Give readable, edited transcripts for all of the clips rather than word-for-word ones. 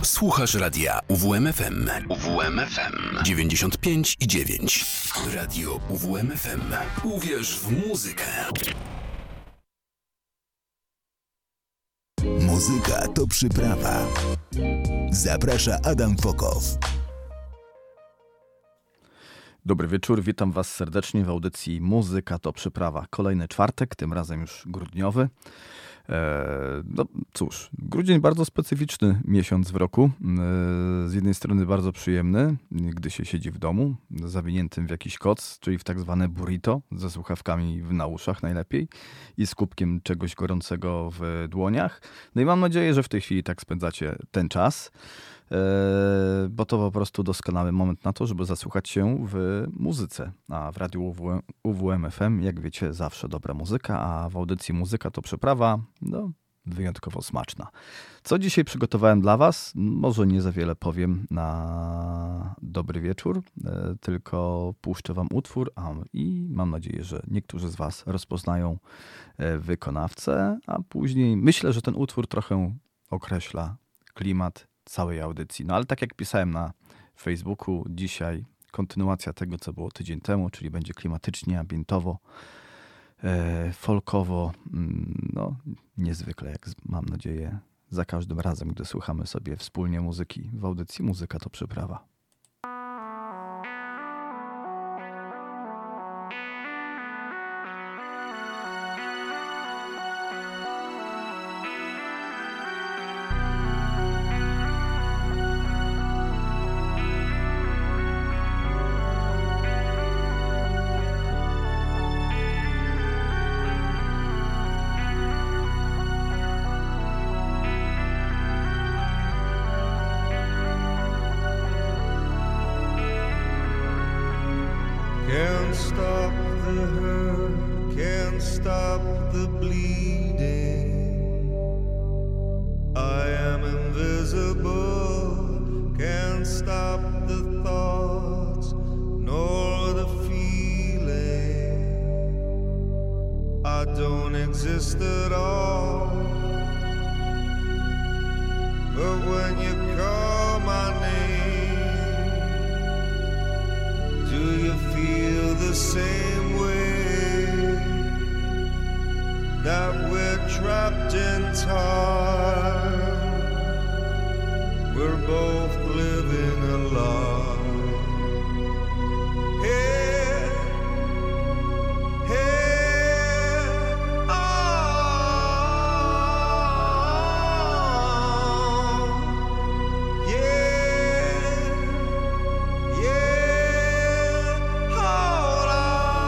Słuchasz radia UWMFM. UWMFM 95,9. Radio UWMFM. Uwierz w muzykę. Muzyka to przyprawa. Zaprasza Adam Fokow. Dobry wieczór, witam Was serdecznie w audycji Muzyka to przyprawa. Kolejny czwartek, tym razem już grudniowy. No cóż, grudzień bardzo specyficzny miesiąc w roku. Z jednej strony bardzo przyjemny, gdy się siedzi w domu, zawiniętym w jakiś koc, czyli w tak zwane burrito, ze słuchawkami na uszach najlepiej i z kubkiem czegoś gorącego w dłoniach. No i mam nadzieję, że w tej chwili tak spędzacie ten czas, bo to po prostu doskonały moment na to, żeby zasłuchać się w muzyce. A w radiu UWMFM, jak wiecie, zawsze dobra muzyka, a w audycji Muzyka to przyprawa, no wyjątkowo smaczna. Co dzisiaj przygotowałem dla Was? Może nie za wiele powiem na dobry wieczór, tylko puszczę Wam utwór i mam nadzieję, że niektórzy z Was rozpoznają wykonawcę, a później myślę, że ten utwór trochę określa klimat całej audycji. No ale tak jak pisałem na Facebooku, dzisiaj kontynuacja tego, co było tydzień temu, czyli będzie klimatycznie, ambientowo, folkowo, no niezwykle, jak mam nadzieję, za każdym razem, gdy słuchamy sobie wspólnie muzyki w audycji Muzyka to przyprawa. Can't stop the hurt, can't stop the bleeding. I am invisible, can't stop the thoughts nor the feeling. I don't exist at all. But when you call my name, do you feel the same way? That we're trapped in time, we're both living a lie. Here, here, oh, yeah, yeah, hold on.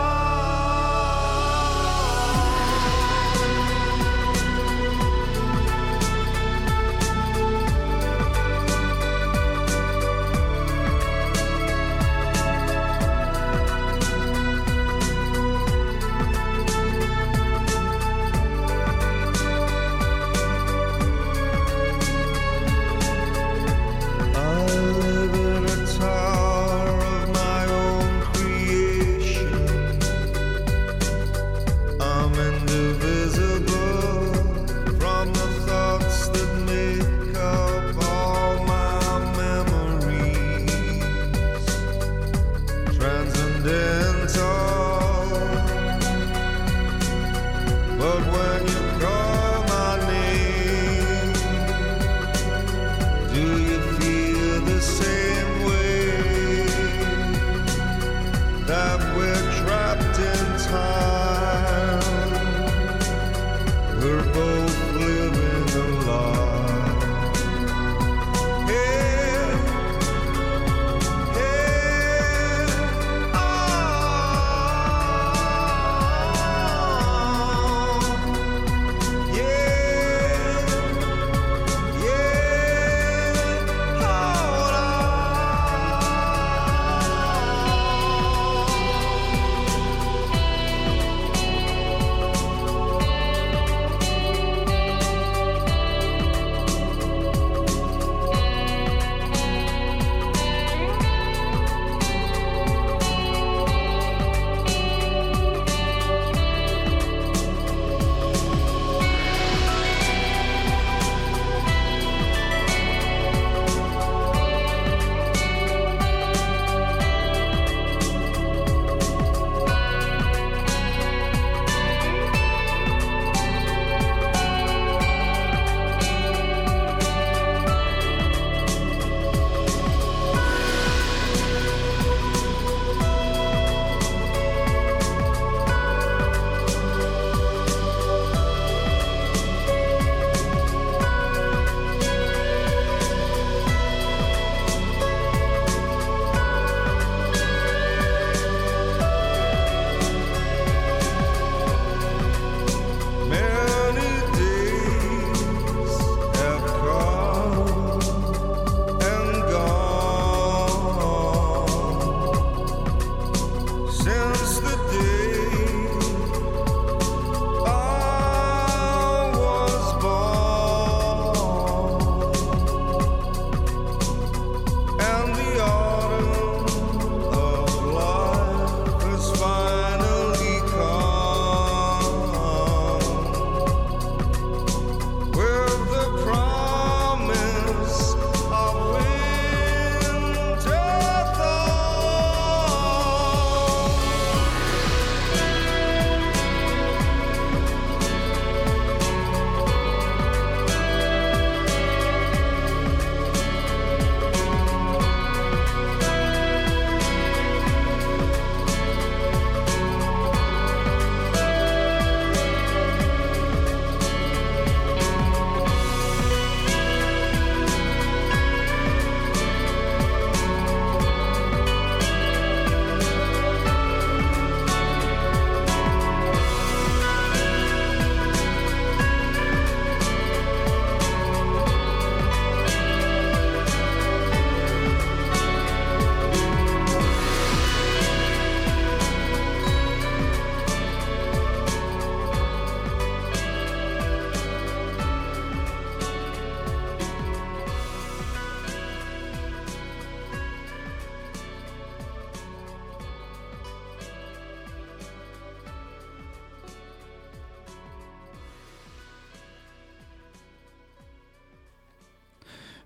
I live in a tower of my own creation. I'm indivisible from the thoughts that make up all my memories. Transcendental. But when you call my name, do you feel the same way? That we're trapped in time, we're both living a lie. Here, here, oh, yeah, yeah, hold on.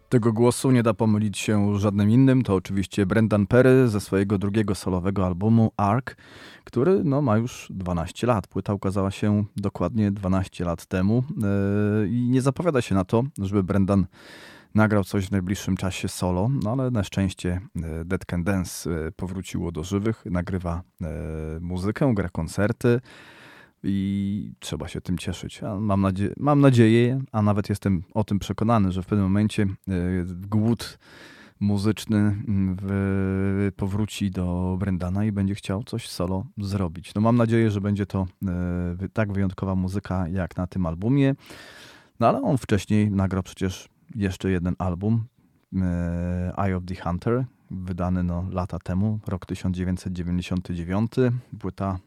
Tego głosu nie da pomylić się żadnym innym. To oczywiście Brendan Perry ze swojego drugiego solowego albumu Ark, który ma już 12 lat. Płyta ukazała się dokładnie 12 lat temu i nie zapowiada się na to, żeby Brendan nagrał coś w najbliższym czasie solo, ale na szczęście Dead Can Dance powróciło do żywych, nagrywa muzykę, gra koncerty i trzeba się tym cieszyć. Mam nadzieję, a nawet jestem o tym przekonany, że w pewnym momencie głód muzyczny powróci do Brendana i będzie chciał coś solo zrobić. Mam nadzieję, że będzie to tak wyjątkowa muzyka jak na tym albumie, ale on wcześniej nagrał przecież jeszcze jeden album, Eye of the Hunter, wydany lata temu, rok 1999. Płyta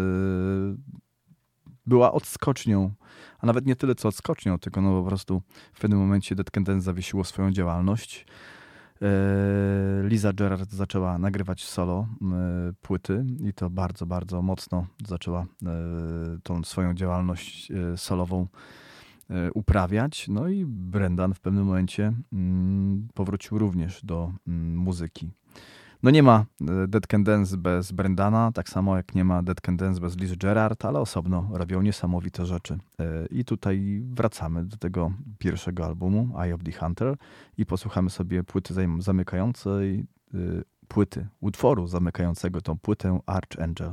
była odskocznią, a nawet nie tyle co odskocznią, tylko po prostu w pewnym momencie Dead Can Dance zawiesiło swoją działalność. Liza Gerard zaczęła nagrywać solo płyty i to bardzo, bardzo mocno zaczęła tą swoją działalność solową uprawiać. I Brendan w pewnym momencie powrócił również do muzyki. Nie ma Dead Can Dance bez Brendana, tak samo jak nie ma Dead Can Dance bez Liz Gerard, ale osobno robią niesamowite rzeczy. I tutaj wracamy do tego pierwszego albumu, Eye of the Hunter, i posłuchamy sobie płyty zamykającej, utworu zamykającego tą płytę Archangel.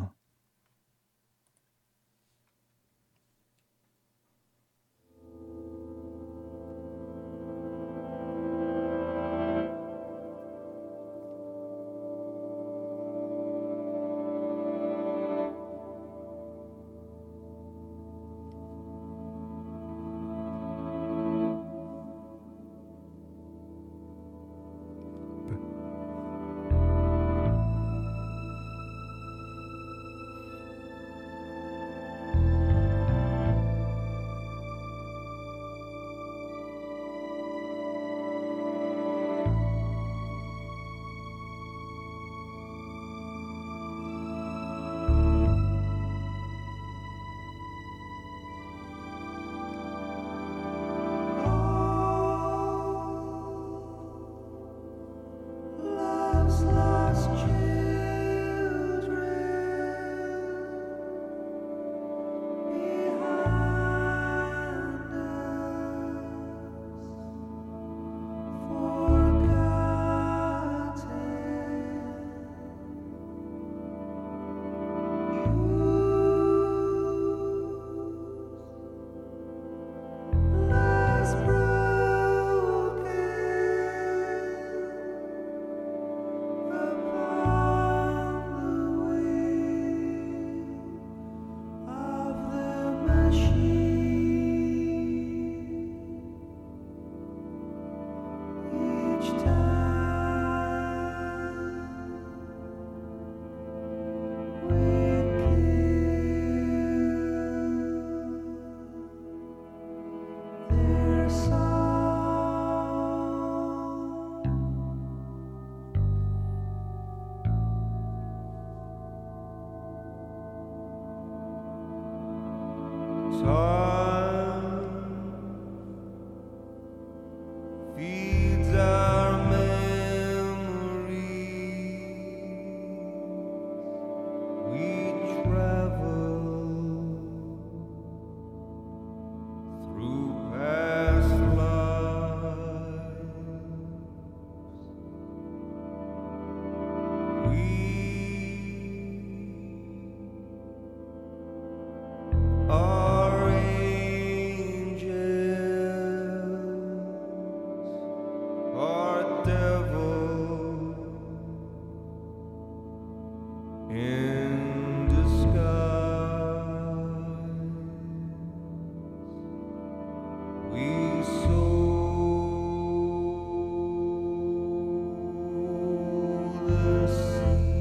The sea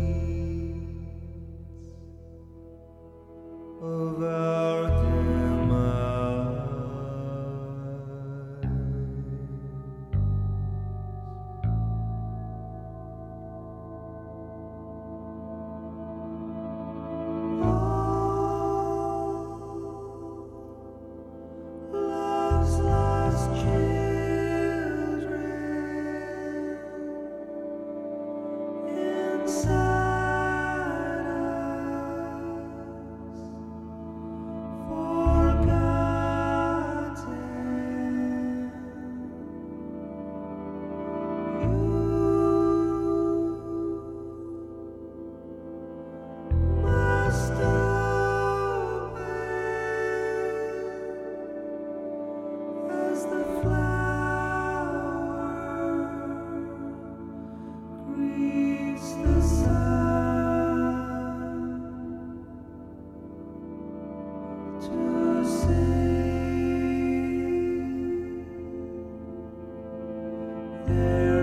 their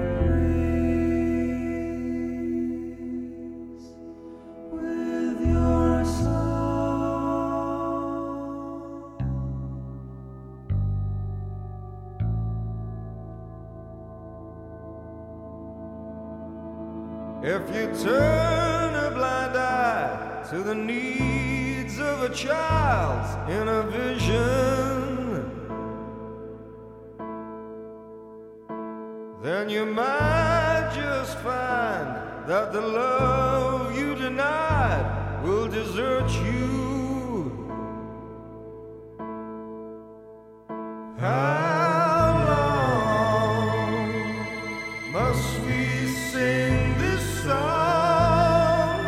praise with your song. If you turn a blind eye to the needs of a child in a vision, then you might just find that the love you denied will desert you. How long must we sing this song?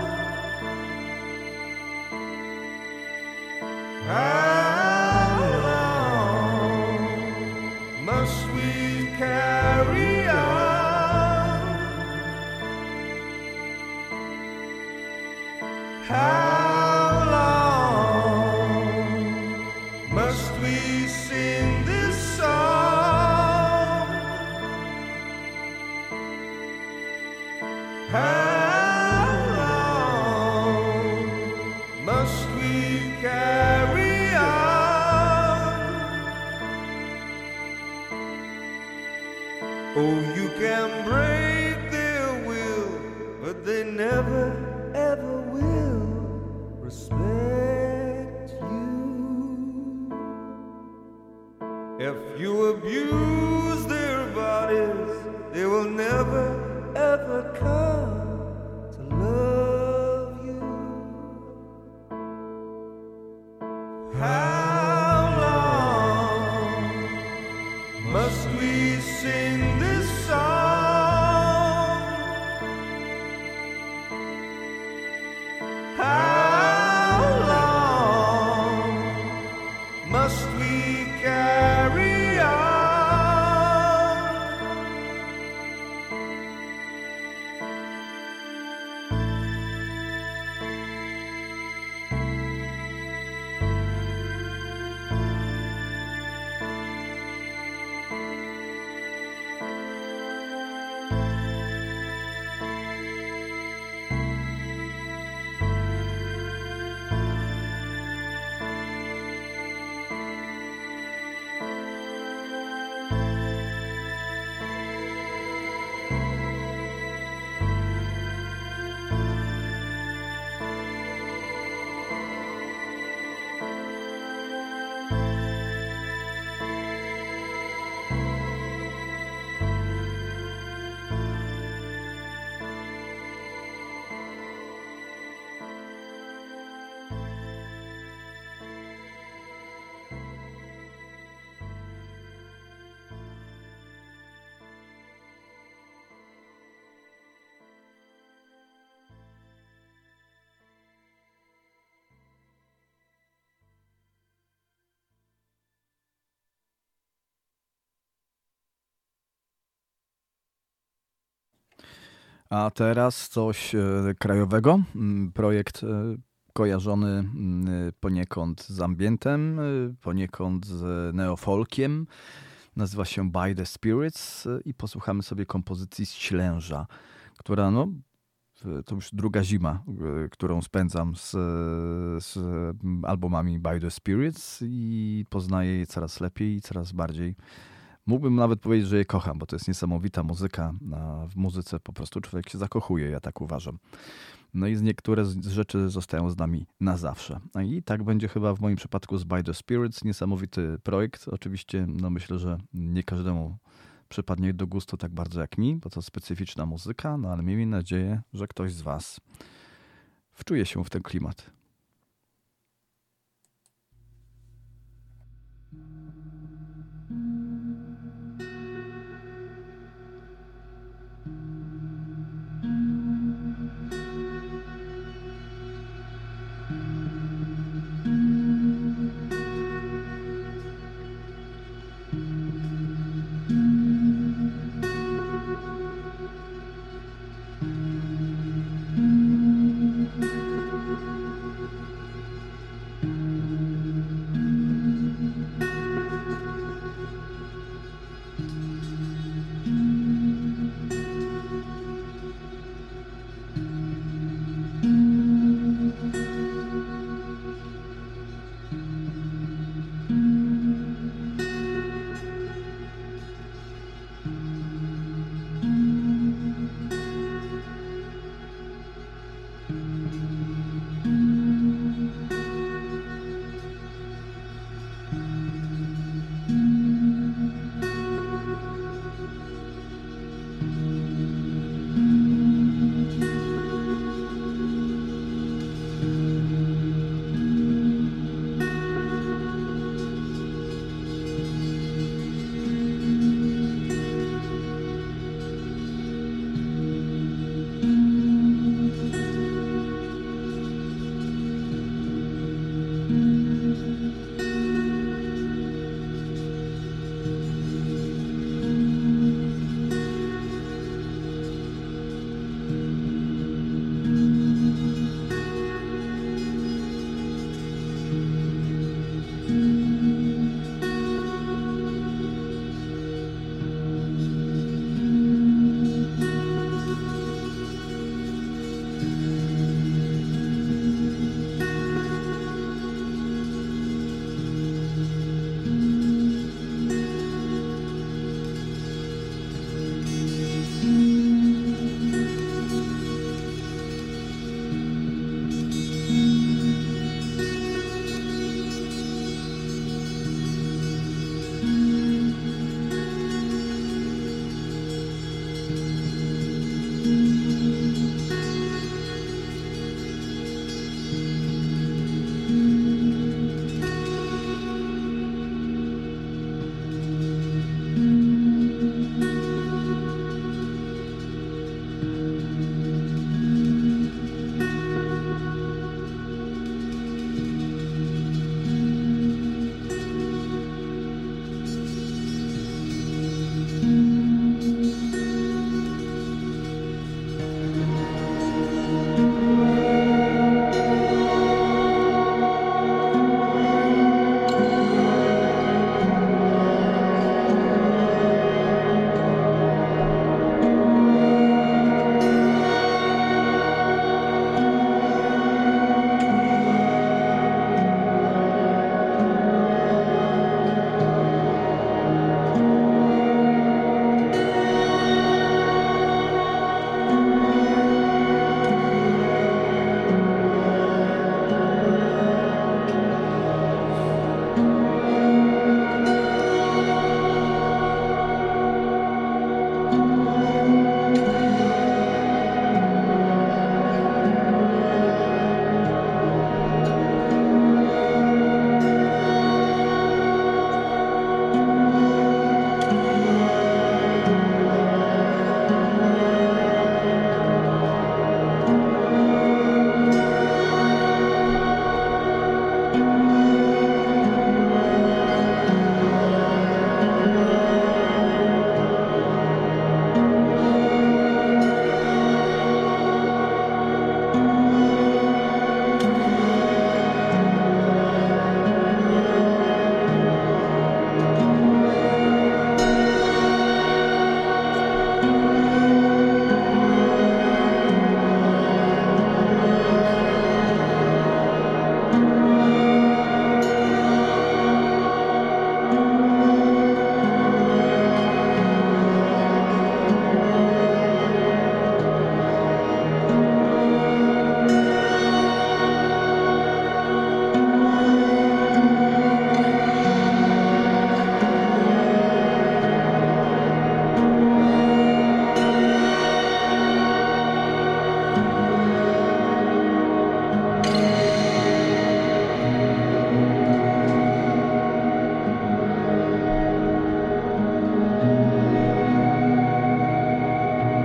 How long must we carry on? How long must we sing this song? How long must we carry on? Oh, you can break their will, but they never ever will respect you. If you abuse their bodies, they will never ever come to love you. How long must we sing this song? How long must we carry on? A teraz coś krajowego. Projekt kojarzony poniekąd z ambientem, poniekąd z neofolkiem. Nazywa się By the Spirits i posłuchamy sobie kompozycji z Ślęża, która no, to już druga zima, którą spędzam z albumami By the Spirits i poznaję je coraz lepiej i coraz bardziej. Mógłbym nawet powiedzieć, że je kocham, bo to jest niesamowita muzyka. A w muzyce po prostu człowiek się zakochuje, ja tak uważam. No i niektóre rzeczy zostają z nami na zawsze. No i tak będzie chyba w moim przypadku z By the Spirits. Niesamowity projekt. Oczywiście no myślę, że nie każdemu przypadnie do gustu tak bardzo jak mi, bo to specyficzna muzyka, no ale miejmy nadzieję, że ktoś z was wczuje się w ten klimat.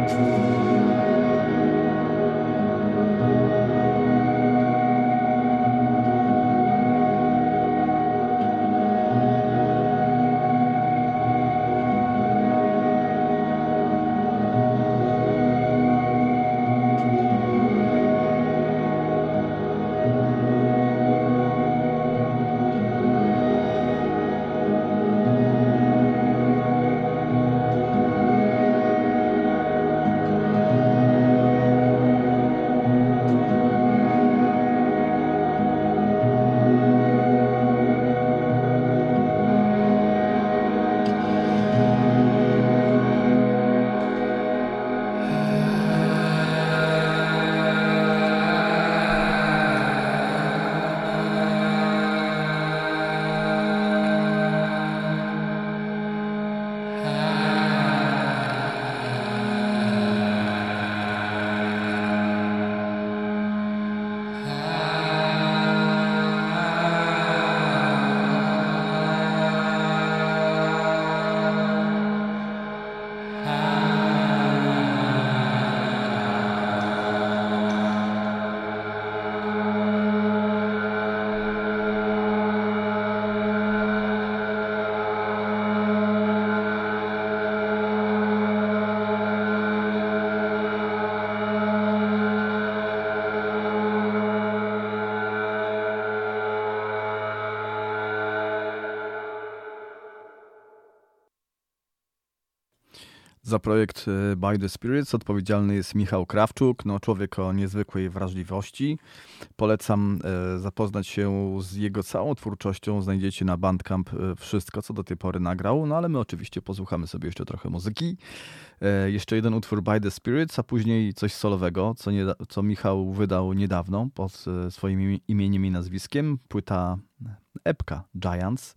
Za projekt By the Spirits odpowiedzialny jest Michał Krawczuk, człowiek o niezwykłej wrażliwości. Polecam zapoznać się z jego całą twórczością. Znajdziecie na Bandcamp wszystko, co do tej pory nagrał, ale my oczywiście posłuchamy sobie jeszcze trochę muzyki. Jeszcze jeden utwór By the Spirits, a później coś solowego, co Michał wydał niedawno pod swoim imieniem i nazwiskiem. Płyta epka Giants.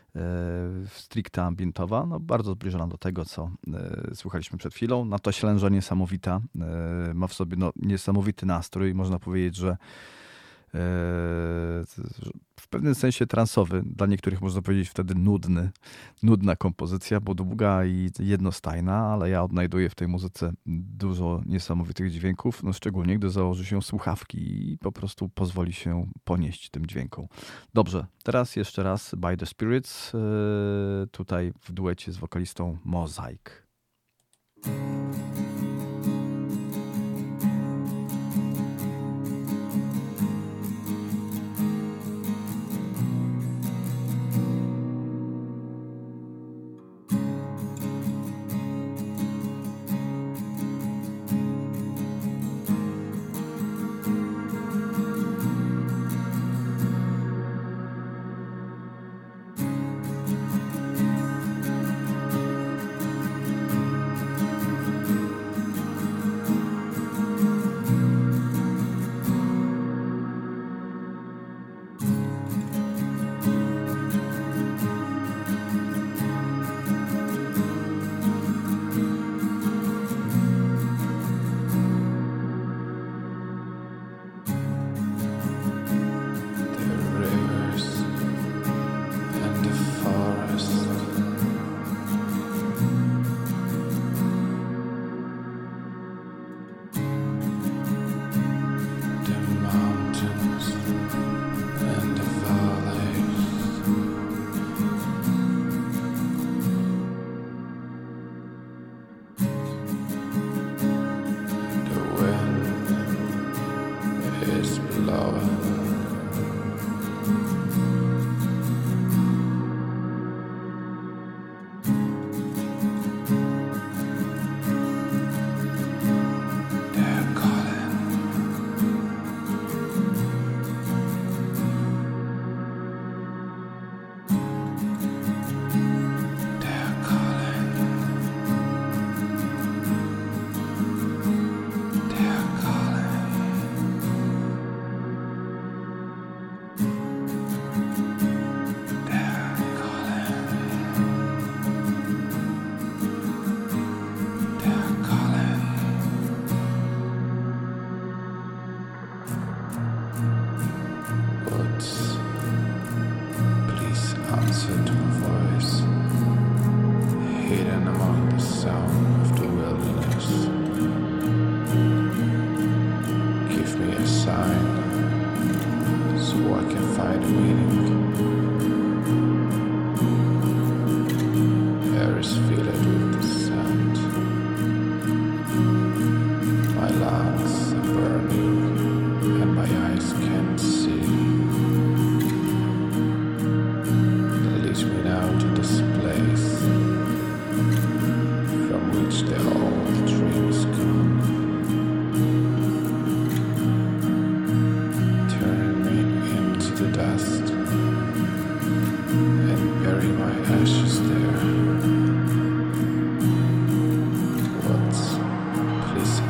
Stricte ambientowa, bardzo zbliżona do tego, co słuchaliśmy przed chwilą. Na to ślęża niesamowita, ma w sobie niesamowity nastrój. Można powiedzieć, że w pewnym sensie transowy. Dla niektórych można powiedzieć wtedy nudna kompozycja, bo długa i jednostajna, ale ja odnajduję w tej muzyce dużo niesamowitych dźwięków, szczególnie gdy założy się słuchawki i po prostu pozwoli się ponieść tym dźwiękom. Dobrze, teraz jeszcze raz By the Spirits, tutaj w duecie z wokalistą Mosaic.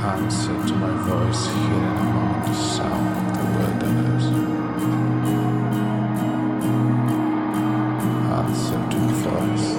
answer to my voice hidden among the sound of the wilderness. Answer to the voice.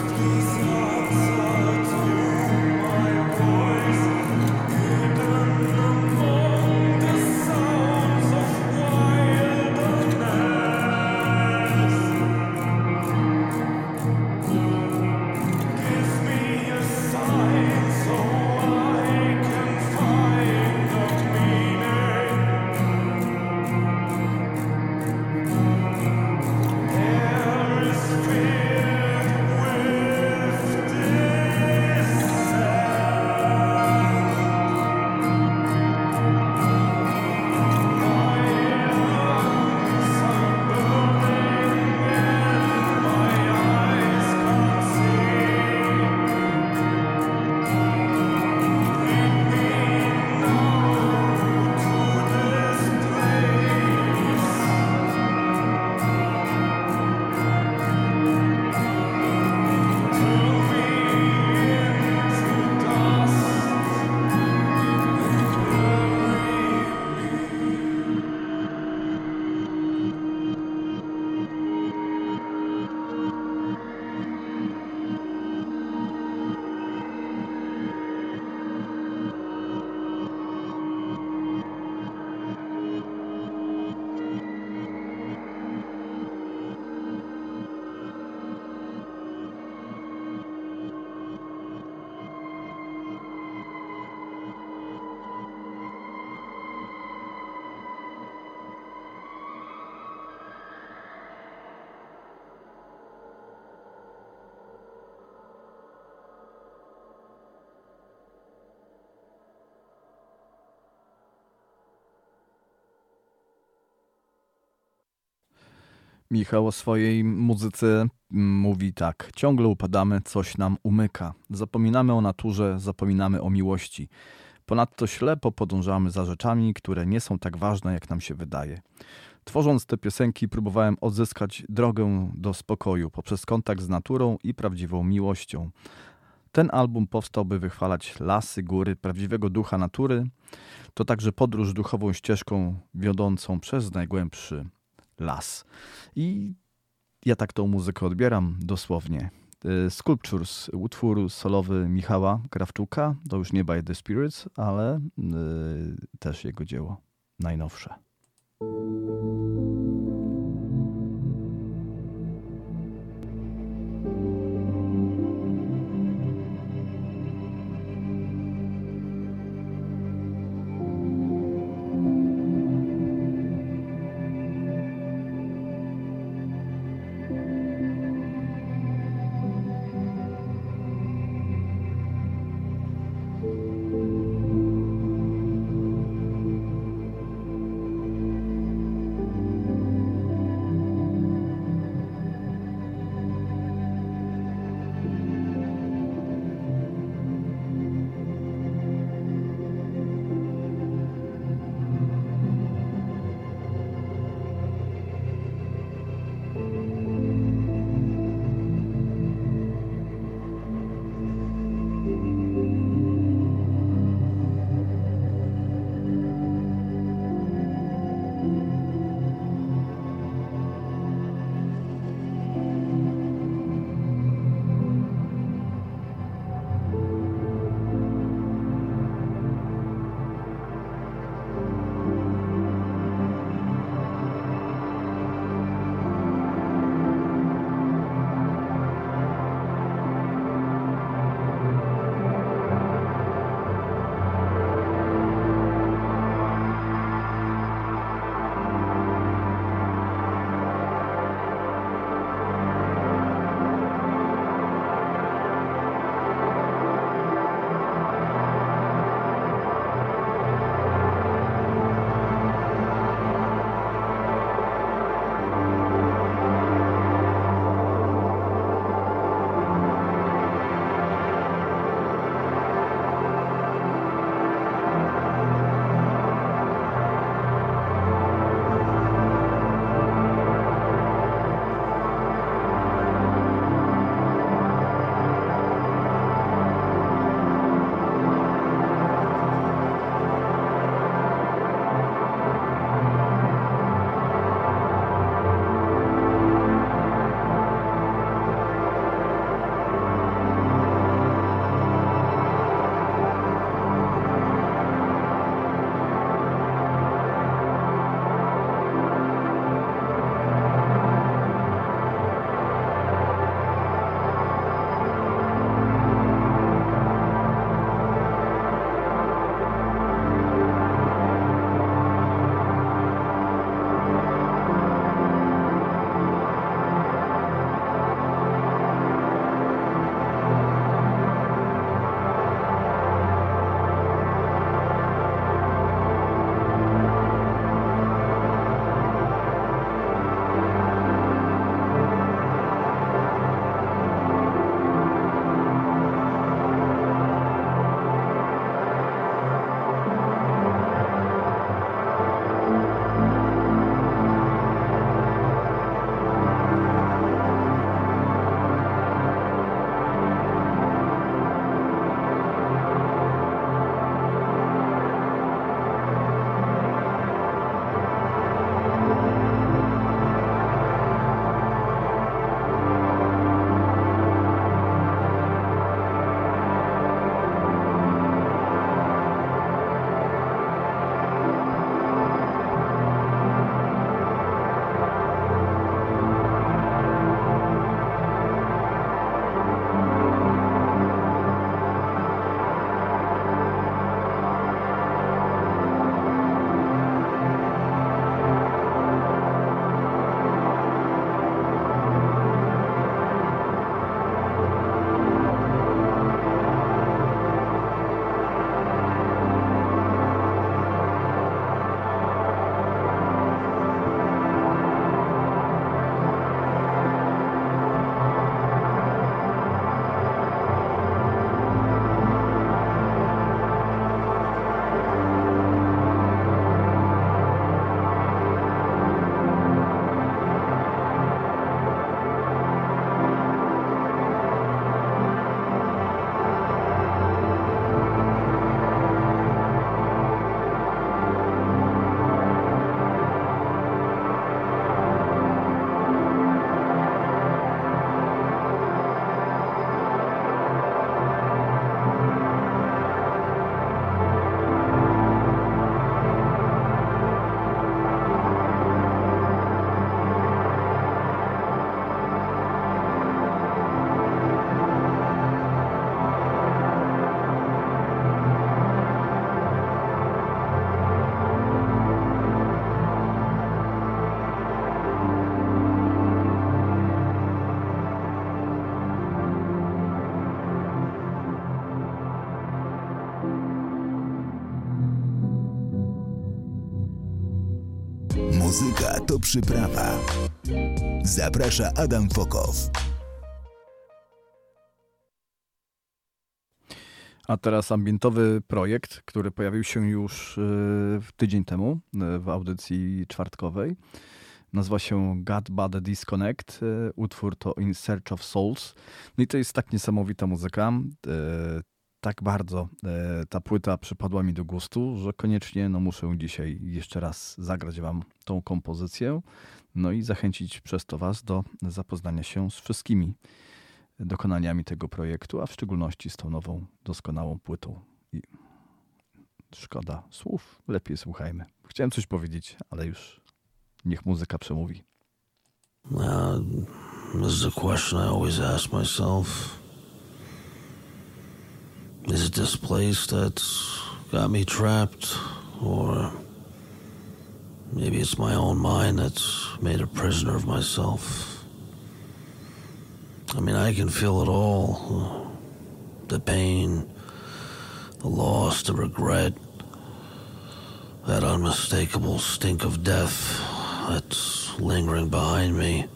Michał o swojej muzyce mówi tak: ciągle upadamy, coś nam umyka. Zapominamy o naturze, zapominamy o miłości. Ponadto ślepo podążamy za rzeczami, które nie są tak ważne, jak nam się wydaje. Tworząc te piosenki próbowałem odzyskać drogę do spokoju poprzez kontakt z naturą i prawdziwą miłością. Ten album powstał, by wychwalać lasy, góry, prawdziwego ducha natury. To także podróż duchową ścieżką wiodącą przez najgłębszy las. I ja tak tą muzykę odbieram dosłownie. Sculptures, utwór solowy Michała Krawczuka, to już nie By the Spirits, ale też jego dzieło najnowsze. Muzyka to przyprawa. Zaprasza Adam Fokow. A teraz ambientowy projekt, który pojawił się już tydzień temu w audycji czwartkowej. Nazywa się God Bad Disconnect. Utwór to In Search of Souls. No i to jest tak niesamowita muzyka. Tak bardzo ta płyta przypadła mi do gustu, że koniecznie muszę dzisiaj jeszcze raz zagrać wam tą kompozycję. No i zachęcić przez to was do zapoznania się z wszystkimi dokonaniami tego projektu, a w szczególności z tą nową, doskonałą płytą. I szkoda słów, lepiej słuchajmy. Chciałem coś powiedzieć, ale już niech muzyka przemówi. This is a question I always ask myself. Is it this place that's got me trapped? Or maybe it's my own mind that's made a prisoner of myself? I mean, I can feel it all. The pain, the loss, the regret, that unmistakable stink of death that's lingering behind me.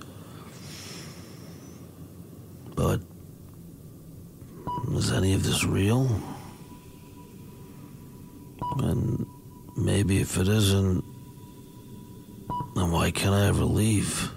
But is any of this real? And maybe if it isn't, then why can't I ever leave?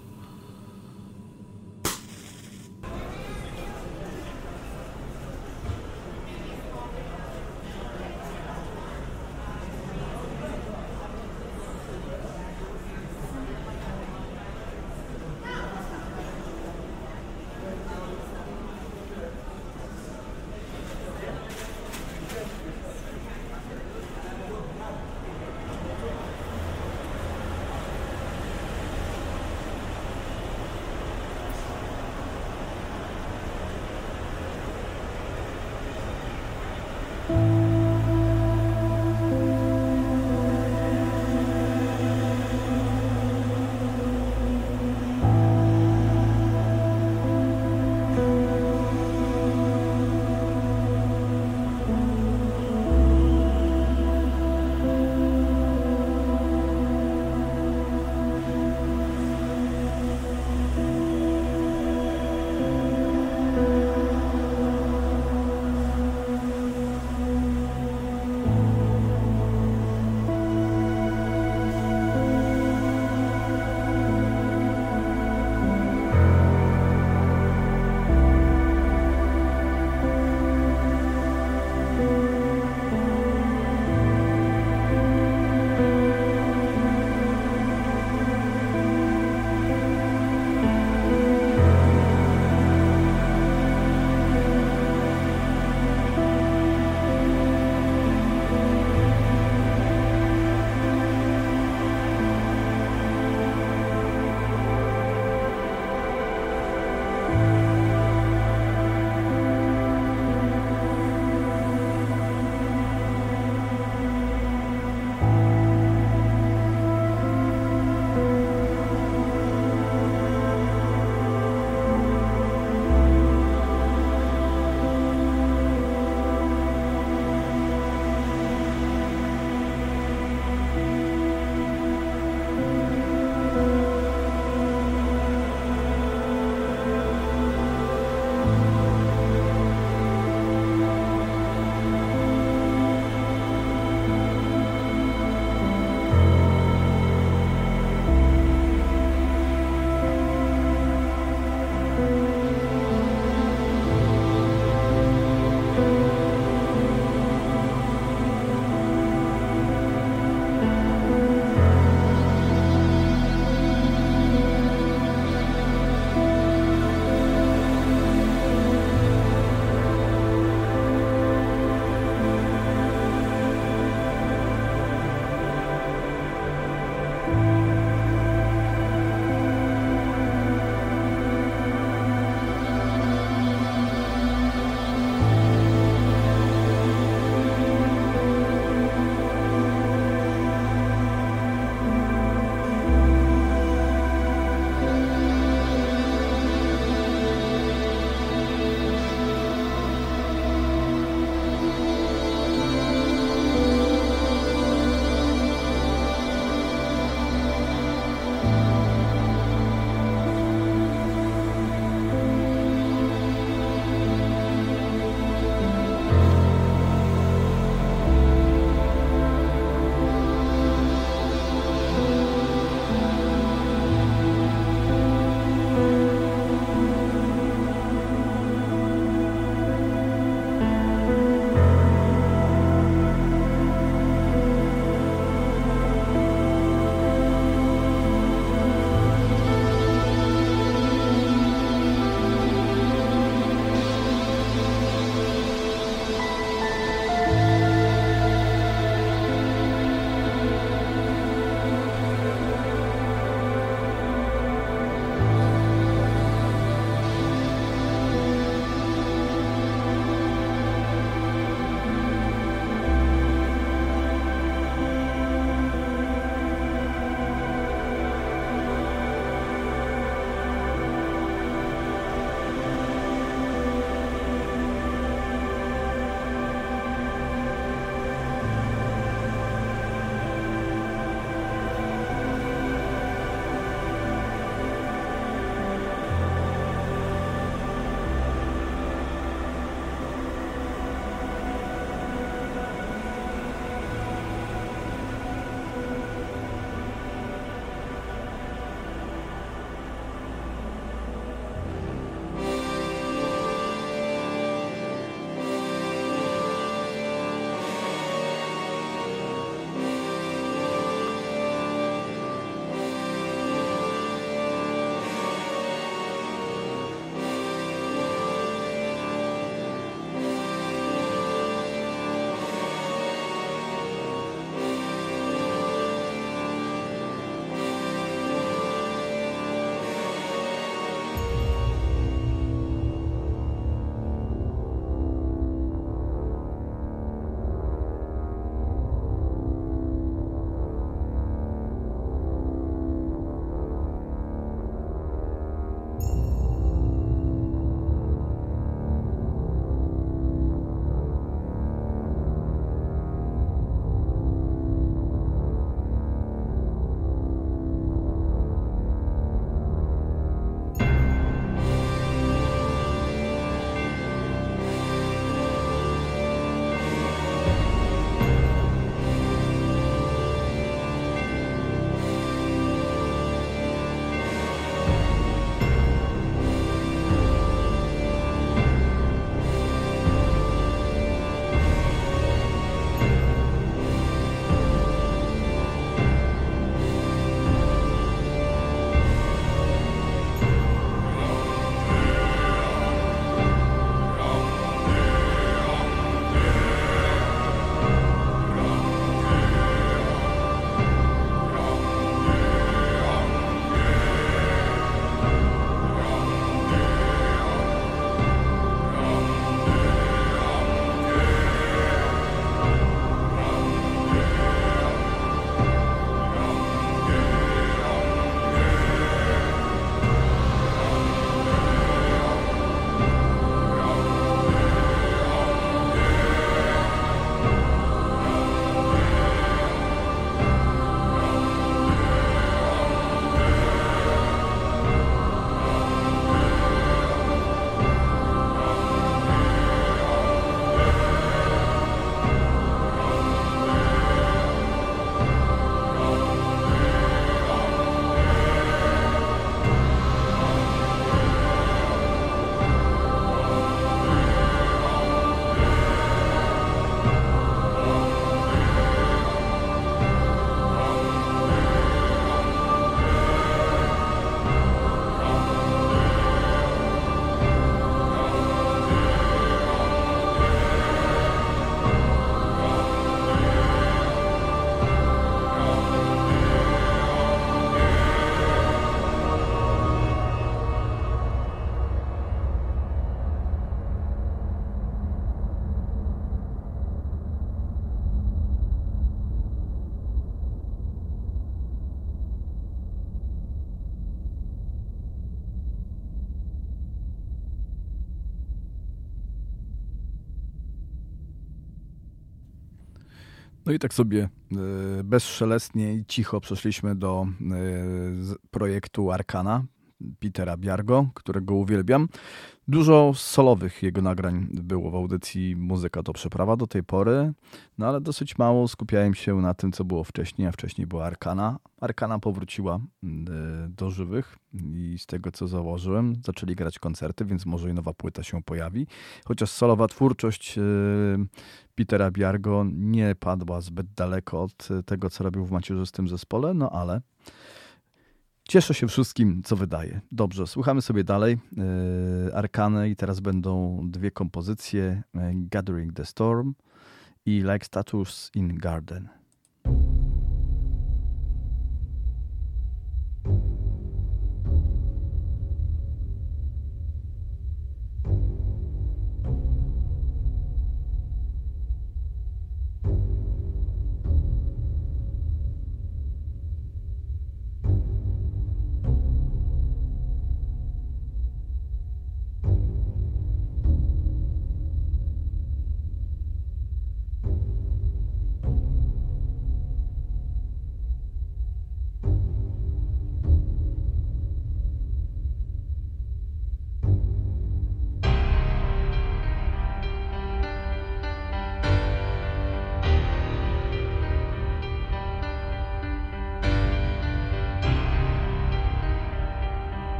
No i tak sobie bezszelestnie i cicho przeszliśmy do projektu Arkana Petera Bjargo, którego uwielbiam. Dużo solowych jego nagrań było w audycji Muzyka to Przyprawa do tej pory, no ale dosyć mało skupiałem się na tym, co było wcześniej, a wcześniej była Arkana. Arkana powróciła do żywych i z tego, co założyłem, zaczęli grać koncerty, więc może i nowa płyta się pojawi. Chociaż solowa twórczość Petera Bjargo nie padła zbyt daleko od tego, co robił w macierzystym zespole, no ale cieszę się wszystkim, co wydaje. Dobrze, słuchamy sobie dalej Arkanę i teraz będą dwie kompozycje, Gathering the Storm i Like Statues in Garden.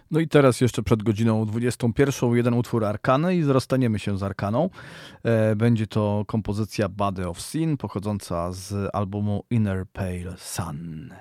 No i teraz jeszcze przed godziną 21 jeden utwór Arkany i rozstaniemy się z Arkaną. Będzie to kompozycja Body of Sin pochodząca z albumu Inner Pale Sun.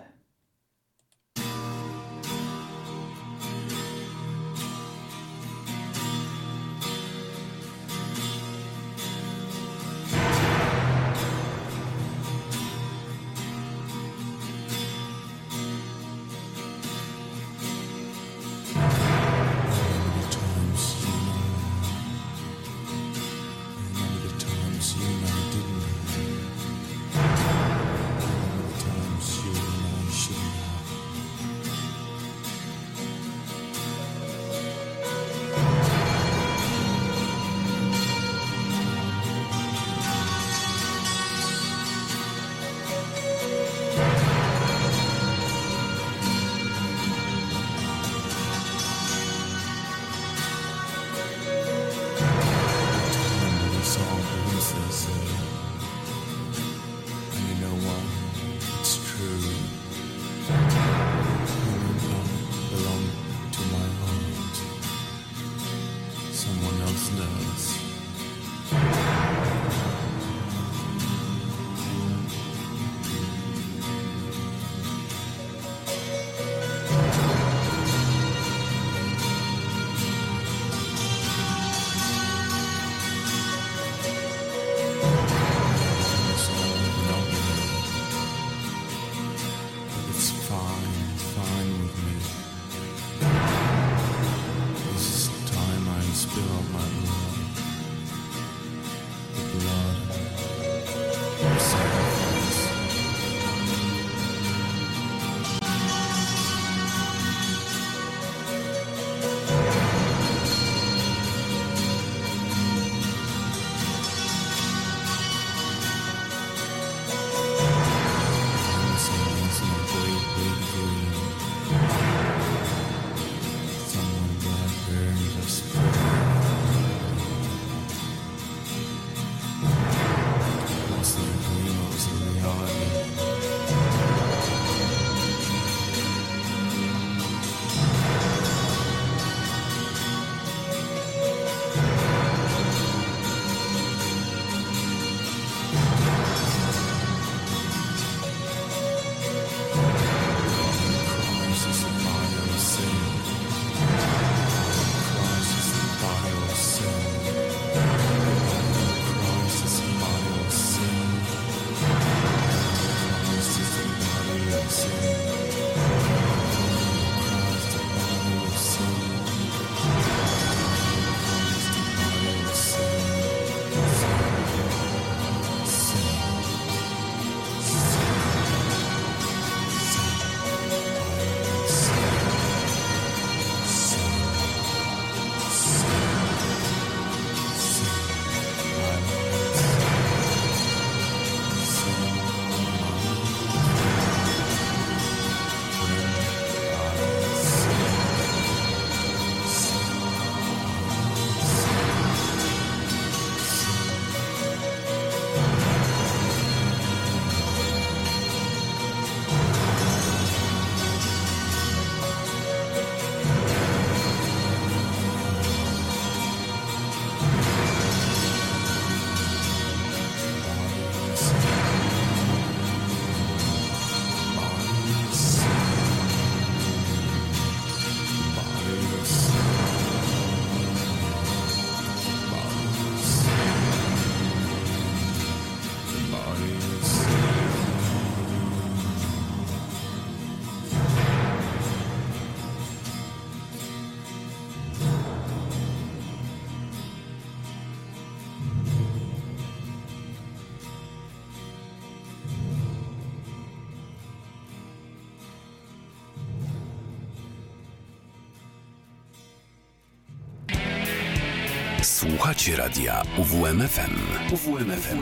Słuchacie radia UWMFM. UWMFM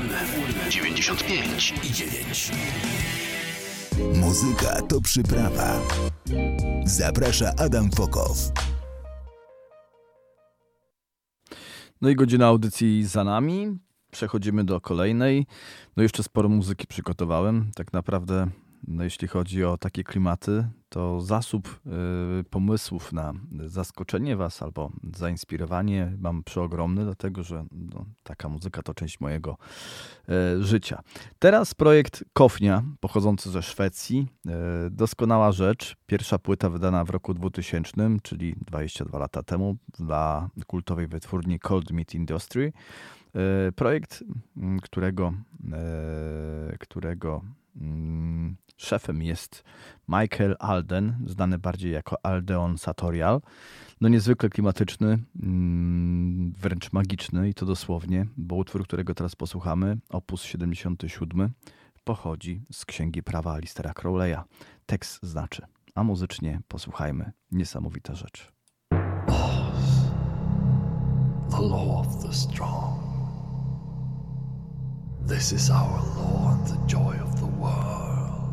95,9. Muzyka to przyprawa. Zaprasza Adam Fokow. No i godzina audycji za nami. Przechodzimy do kolejnej. No jeszcze sporo muzyki przygotowałem. Tak naprawdę no jeśli chodzi o takie klimaty, to zasób pomysłów na zaskoczenie was albo zainspirowanie mam przeogromny, dlatego że no, taka muzyka to część mojego życia. Teraz projekt Kofnia, pochodzący ze Szwecji. Doskonała rzecz. Pierwsza płyta wydana w roku 2000, czyli 22 lata temu dla kultowej wytwórni Cold Meat Industry. Projekt, którego szefem jest Michael Alden, znany bardziej jako Aldeon Sartorial. No niezwykle klimatyczny, wręcz magiczny i to dosłownie, bo utwór, którego teraz posłuchamy, opus 77, pochodzi z Księgi Prawa Alistera Crowley'a. Tekst znaczy, a muzycznie posłuchajmy. Niesamowita rzecz. The law of the strong. This is our law and the joy of the world.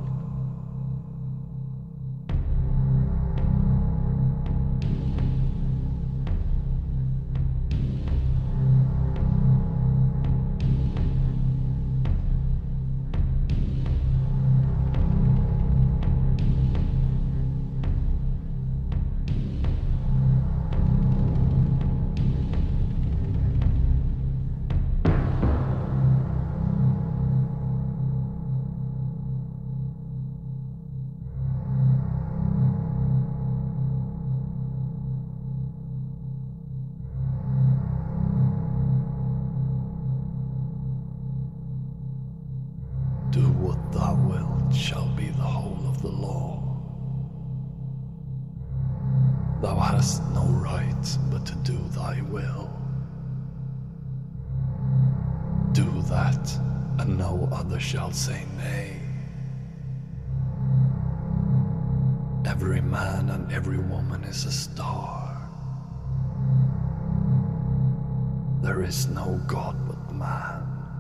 Thou hast no right but to do thy will. Do that, and no other shall say nay. Every man and every woman is a star. There is no God but man.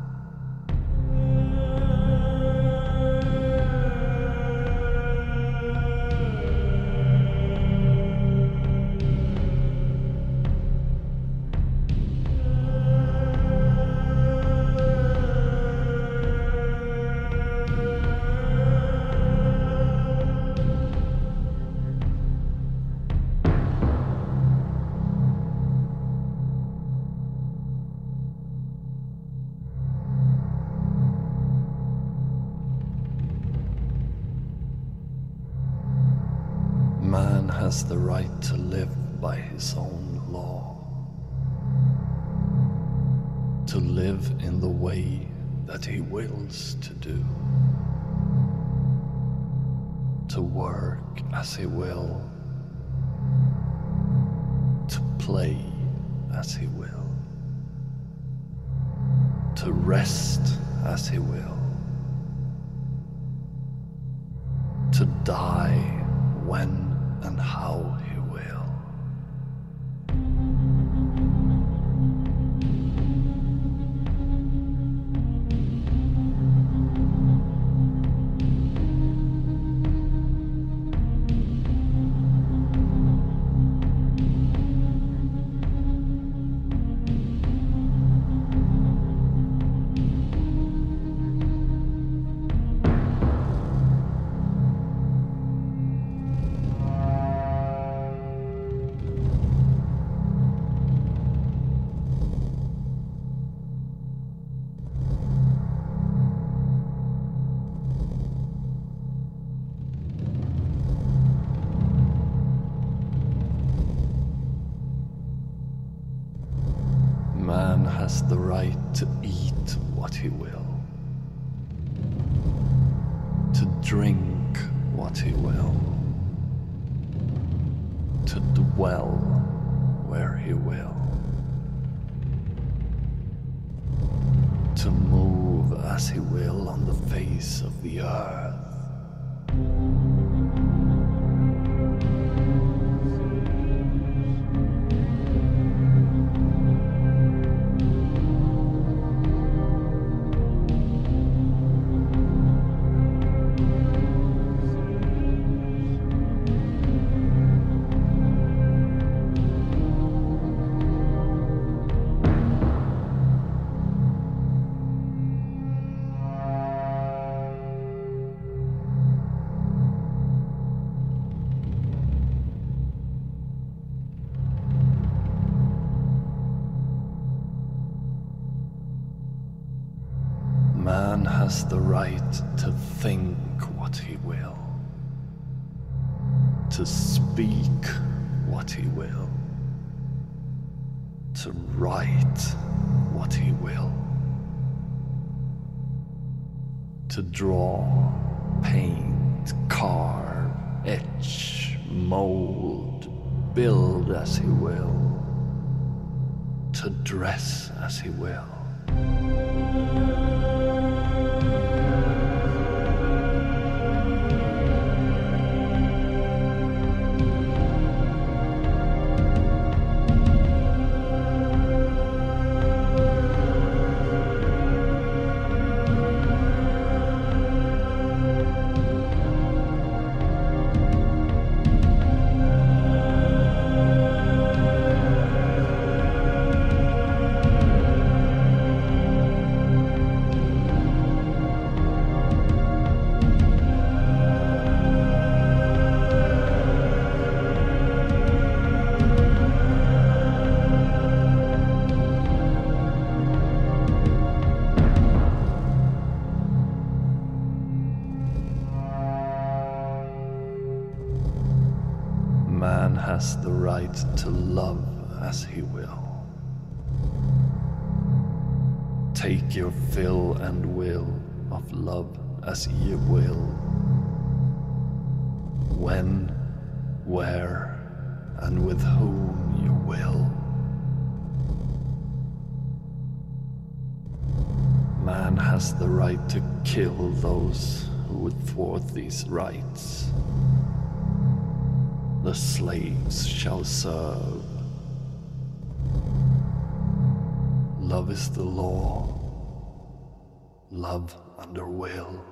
Man has the right to live by his own law, to live in the way that he wills to do, to work as he will, to play as he will, to rest as he will, to die when and how he will. Man has the right to eat what he will, to drink what he will, to dwell where he will, to move as he will on the face of the earth. has the right to think what he will, to speak what he will, to write what he will, to draw, paint, carve, etch, mold, build as he will, to dress as he will. Man has the right to love as he will. Take your fill and will of love as ye will. When, where, and with whom you will. Man has the right to kill those who would thwart these rights. The slaves shall serve. Love is the law. Love under will.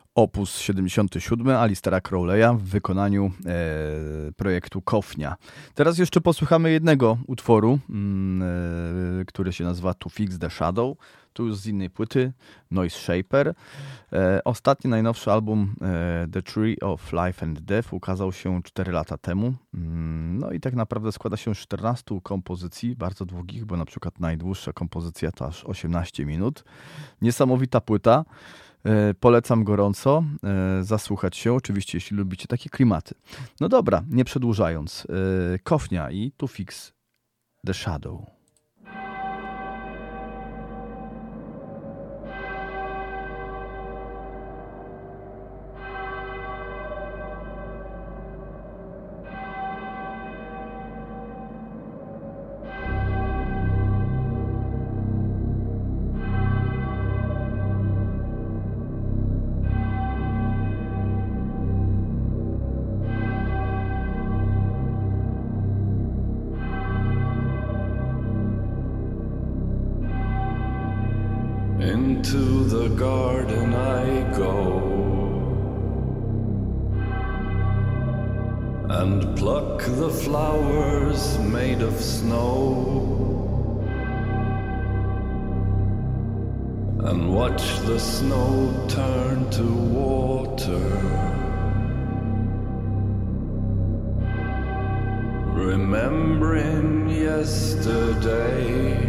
opus 77 Alistera Crowley'a w wykonaniu projektu Kofnia. Teraz jeszcze posłuchamy jednego utworu, który się nazywa To Fix the Shadow. Tu już z innej płyty, Noise Shaper. Ostatni, najnowszy album The Tree of Life and Death ukazał się 4 lata temu. No i tak naprawdę składa się z 14 kompozycji, bardzo długich, bo na przykład najdłuższa kompozycja to aż 18 minut. Niesamowita płyta. Polecam gorąco zasłuchać się, oczywiście jeśli lubicie takie klimaty. No dobra, nie przedłużając. Kofnia i To Fix the Shadow. Into the garden I go and pluck the flowers made of snow and watch the snow turn to water, remembering yesterday.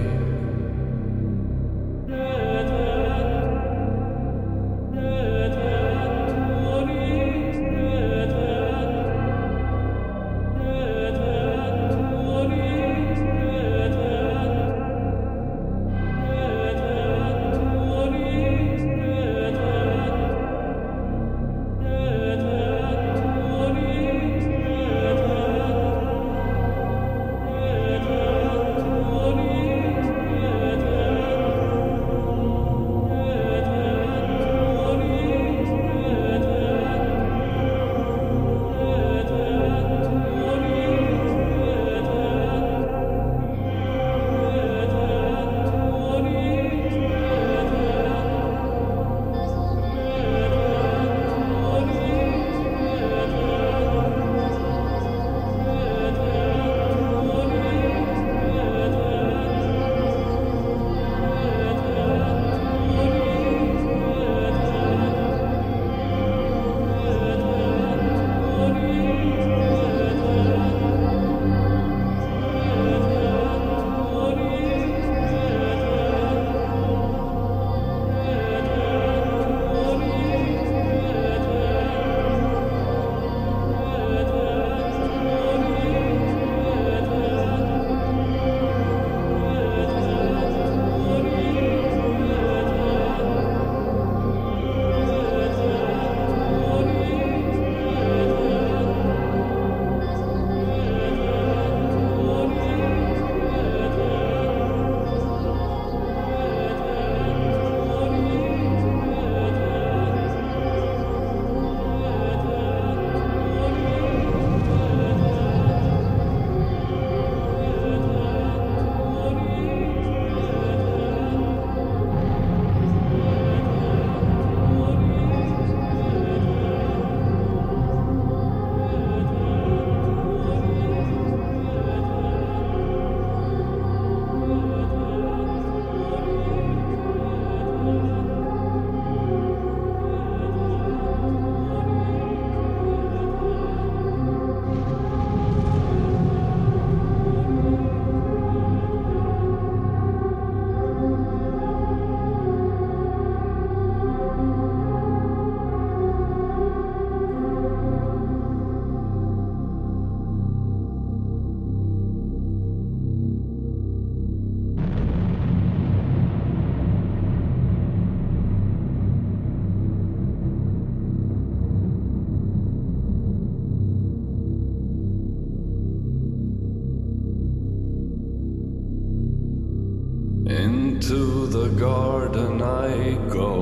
Into the garden I go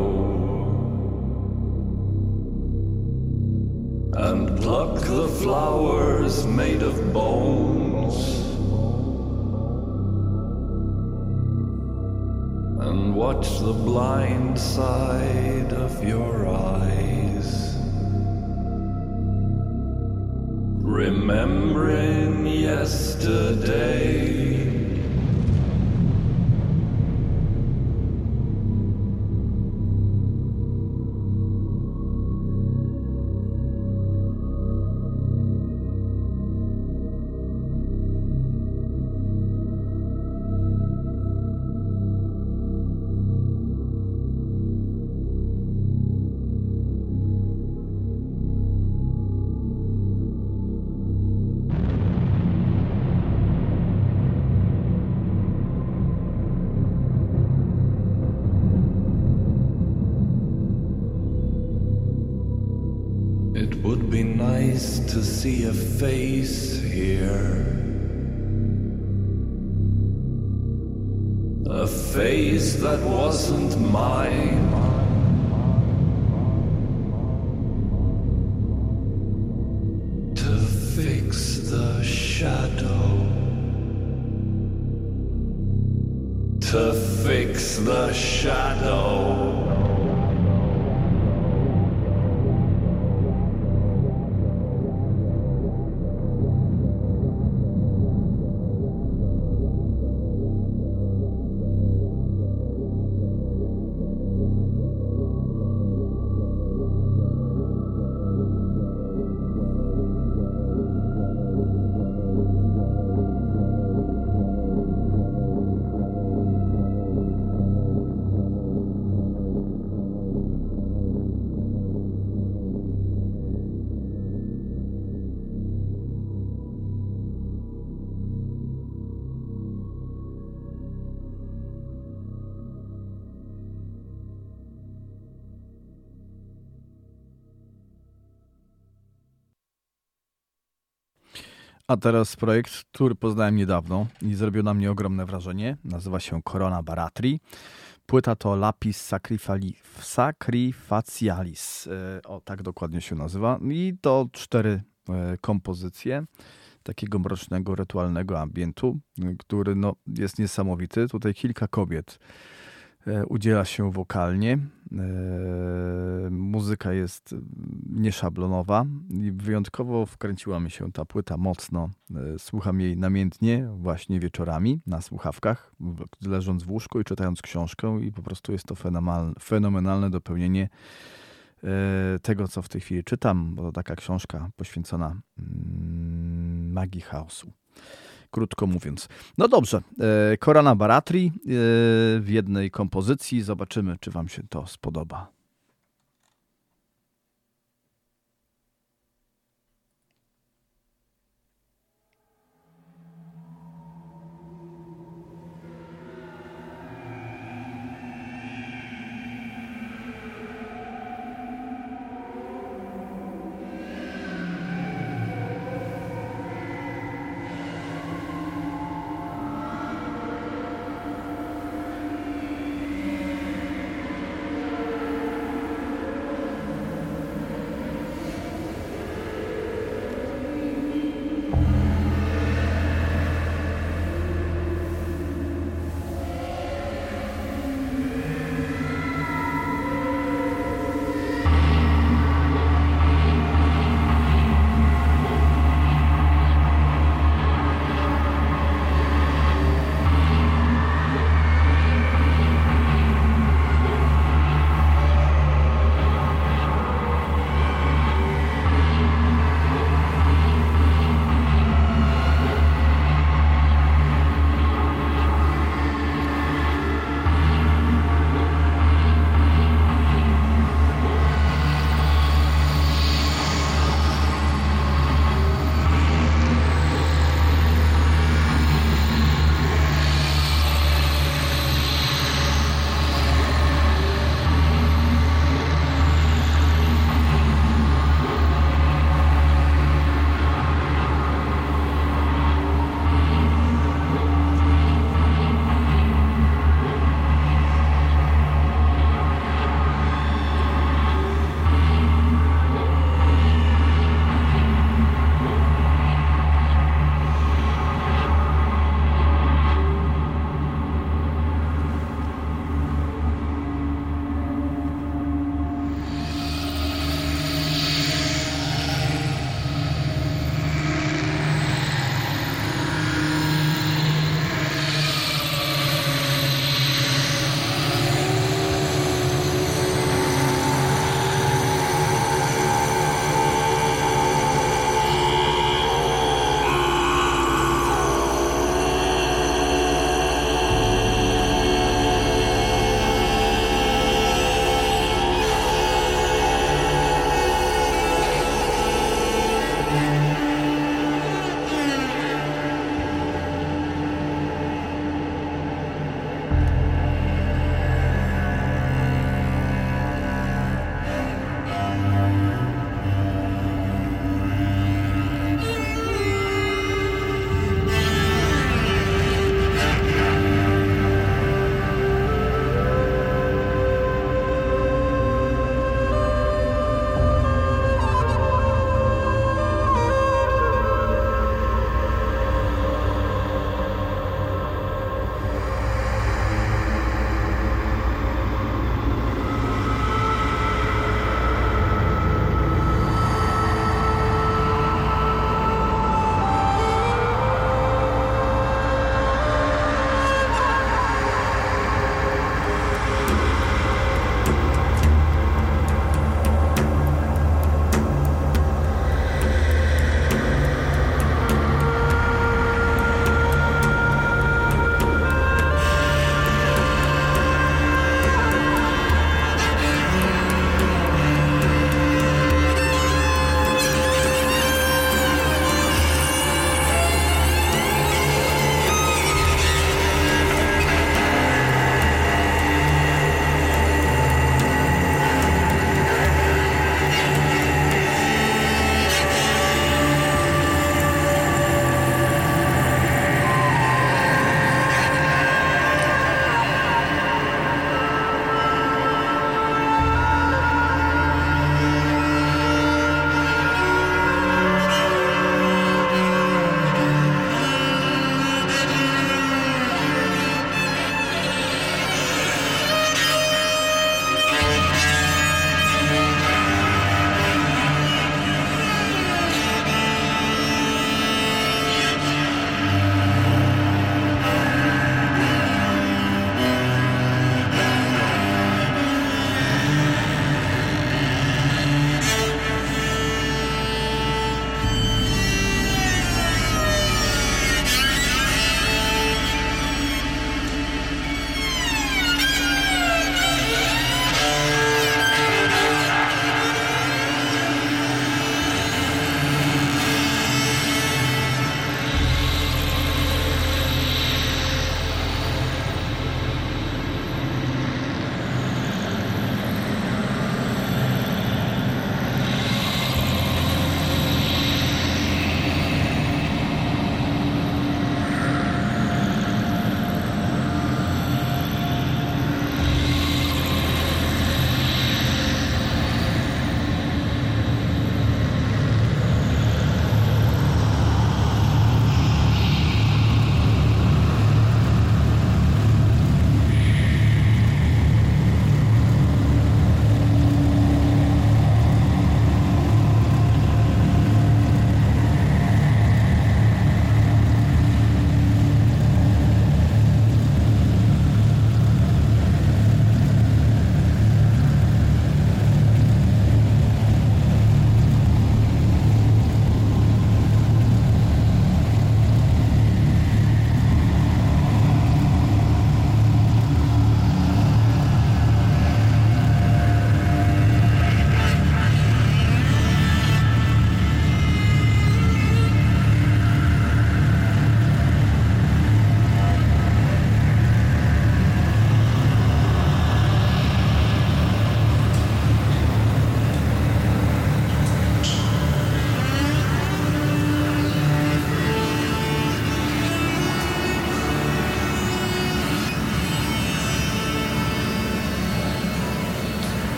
and pluck the flowers made of bones and watch the blind side of your eyes. remembering yesterday. It would be nice to see a face here, a face that wasn't mine, to fix the shadow, to fix the shadow. A teraz projekt, który poznałem niedawno i zrobił na mnie ogromne wrażenie. Nazywa się Corona Baratri. Płyta to Lapis Sacrificialis. O, tak dokładnie się nazywa. I to 4 kompozycje takiego mrocznego, rytualnego ambientu, który jest niesamowity. Tutaj kilka kobiet udziela się wokalnie. Muzyka jest nieszablonowa i wyjątkowo wkręciła mi się ta płyta mocno. Słucham jej namiętnie właśnie wieczorami na słuchawkach, leżąc w łóżku i czytając książkę i po prostu jest to fenomenalne dopełnienie tego, co w tej chwili czytam, bo to taka książka poświęcona magii chaosu. Krótko mówiąc. No dobrze, Corona Baratri w jednej kompozycji. Zobaczymy, czy wam się to spodoba.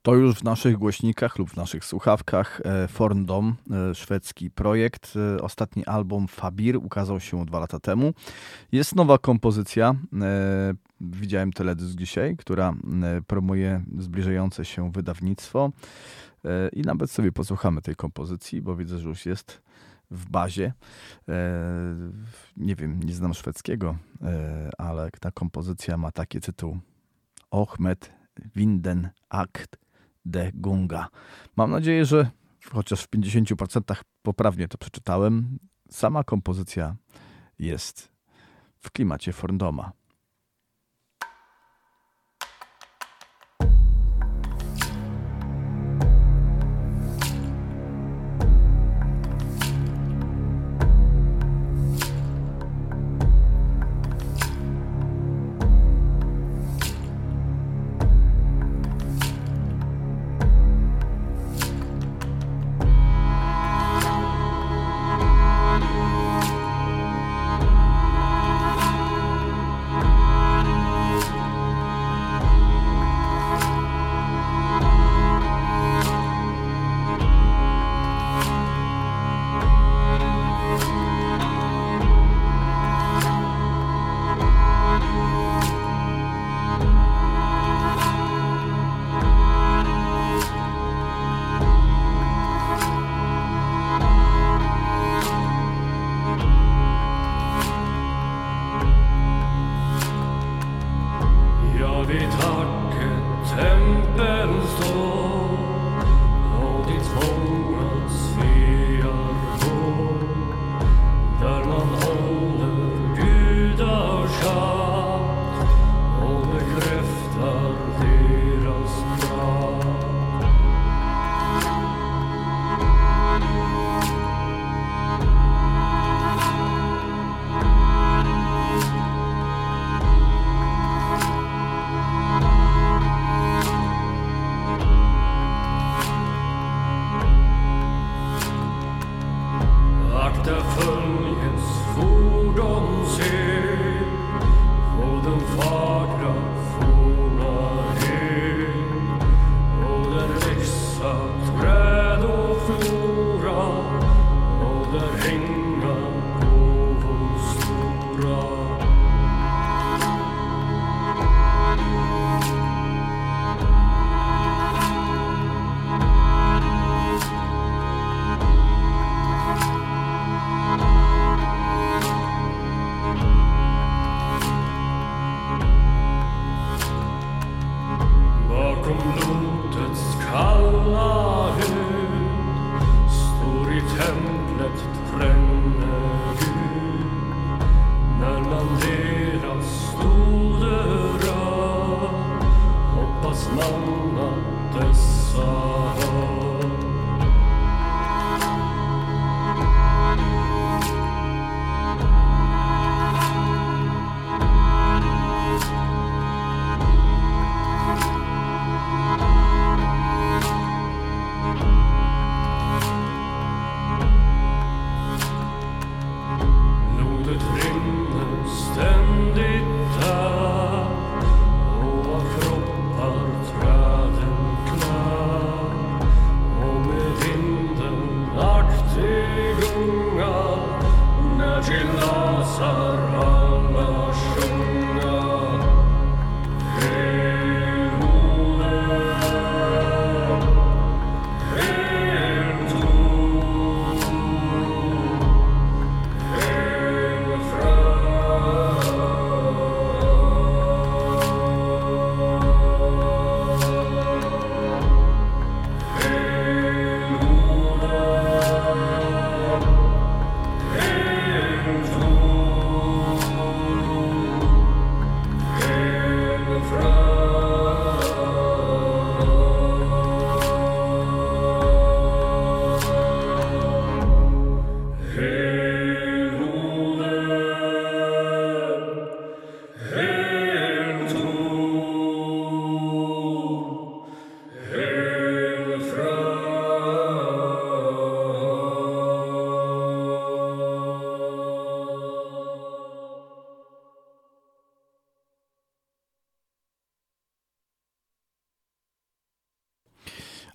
To już w naszych głośnikach lub w naszych słuchawkach Forndom, szwedzki projekt. Ostatni album Fabir ukazał się 2 lata temu. Jest nowa kompozycja, widziałem teledysk dzisiaj, która promuje zbliżające się wydawnictwo i nawet sobie posłuchamy tej kompozycji, bo widzę, że już jest w bazie. Nie wiem, nie znam szwedzkiego, ale ta kompozycja ma taki tytuł: Ohmed Winden Akt de Gunga. Mam nadzieję, że chociaż w 50% poprawnie to przeczytałem, sama kompozycja jest w klimacie Forndoma.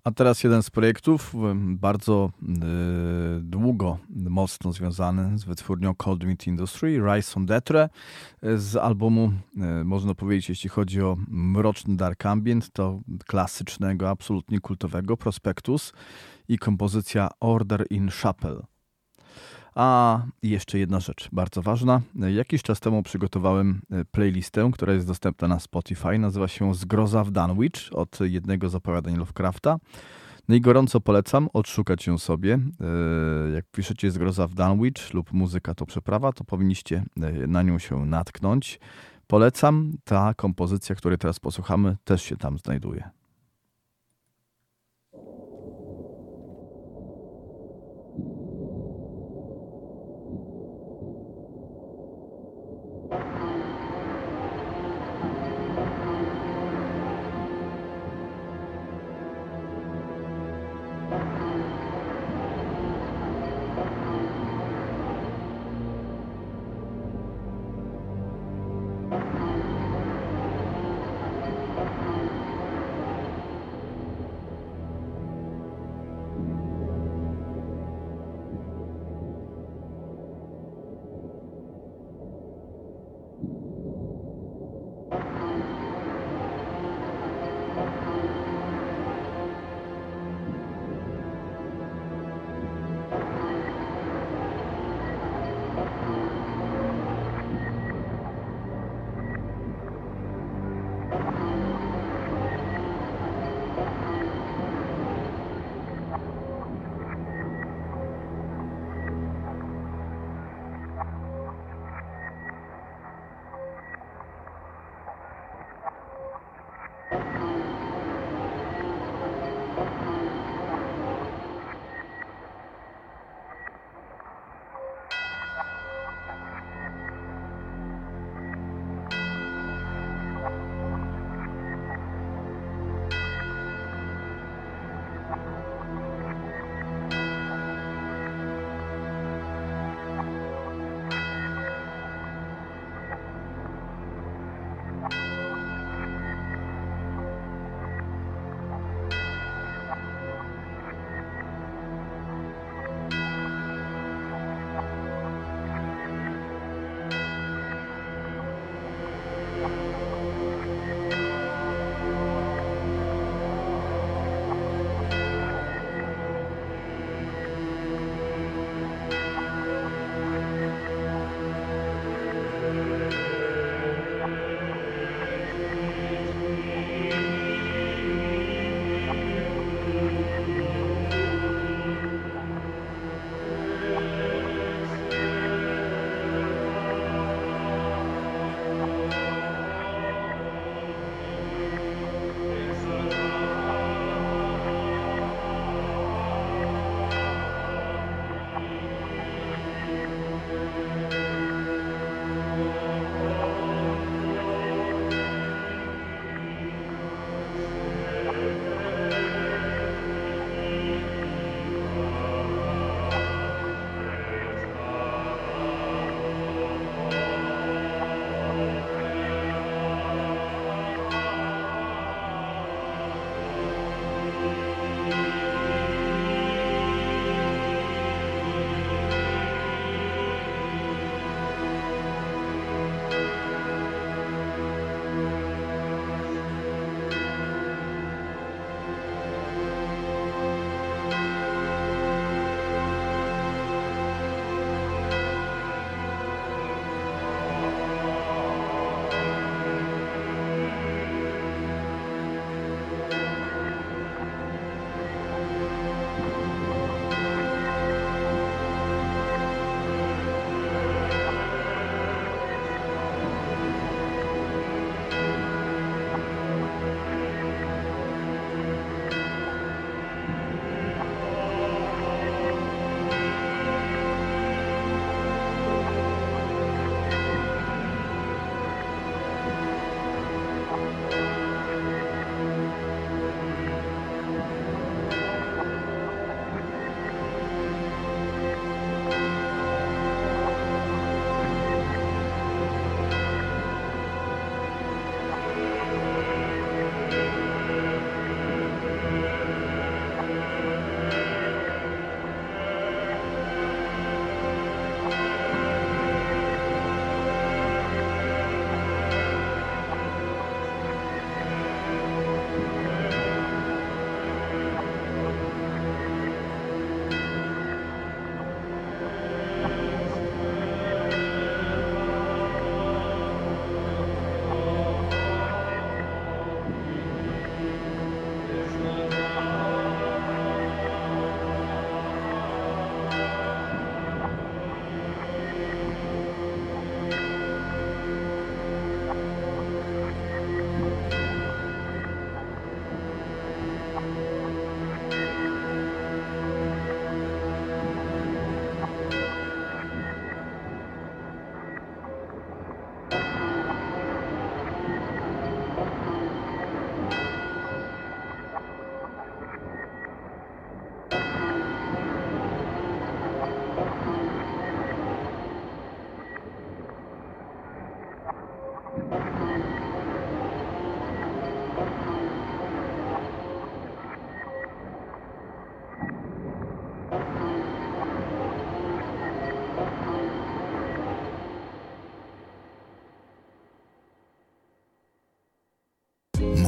A teraz jeden z projektów bardzo długo, mocno związany z wytwórnią Cold Meat Industry, Rise on Detre. Z albumu, można powiedzieć, jeśli chodzi o mroczny dark ambient, to klasycznego, absolutnie kultowego Prospectus i kompozycja Order in Chapel. A jeszcze jedna rzecz bardzo ważna. Jakiś czas temu przygotowałem playlistę, która jest dostępna na Spotify. Nazywa się Zgroza w Dunwich od jednego z opowiadań Lovecrafta. No i gorąco polecam odszukać ją sobie. Jak piszecie Zgroza w Dunwich lub Muzyka to przeprawa, to powinniście na nią się natknąć. Polecam. Ta kompozycja, której teraz posłuchamy, też się tam znajduje.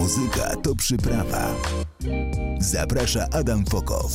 Muzyka to przyprawa. Zaprasza Adam Fokow.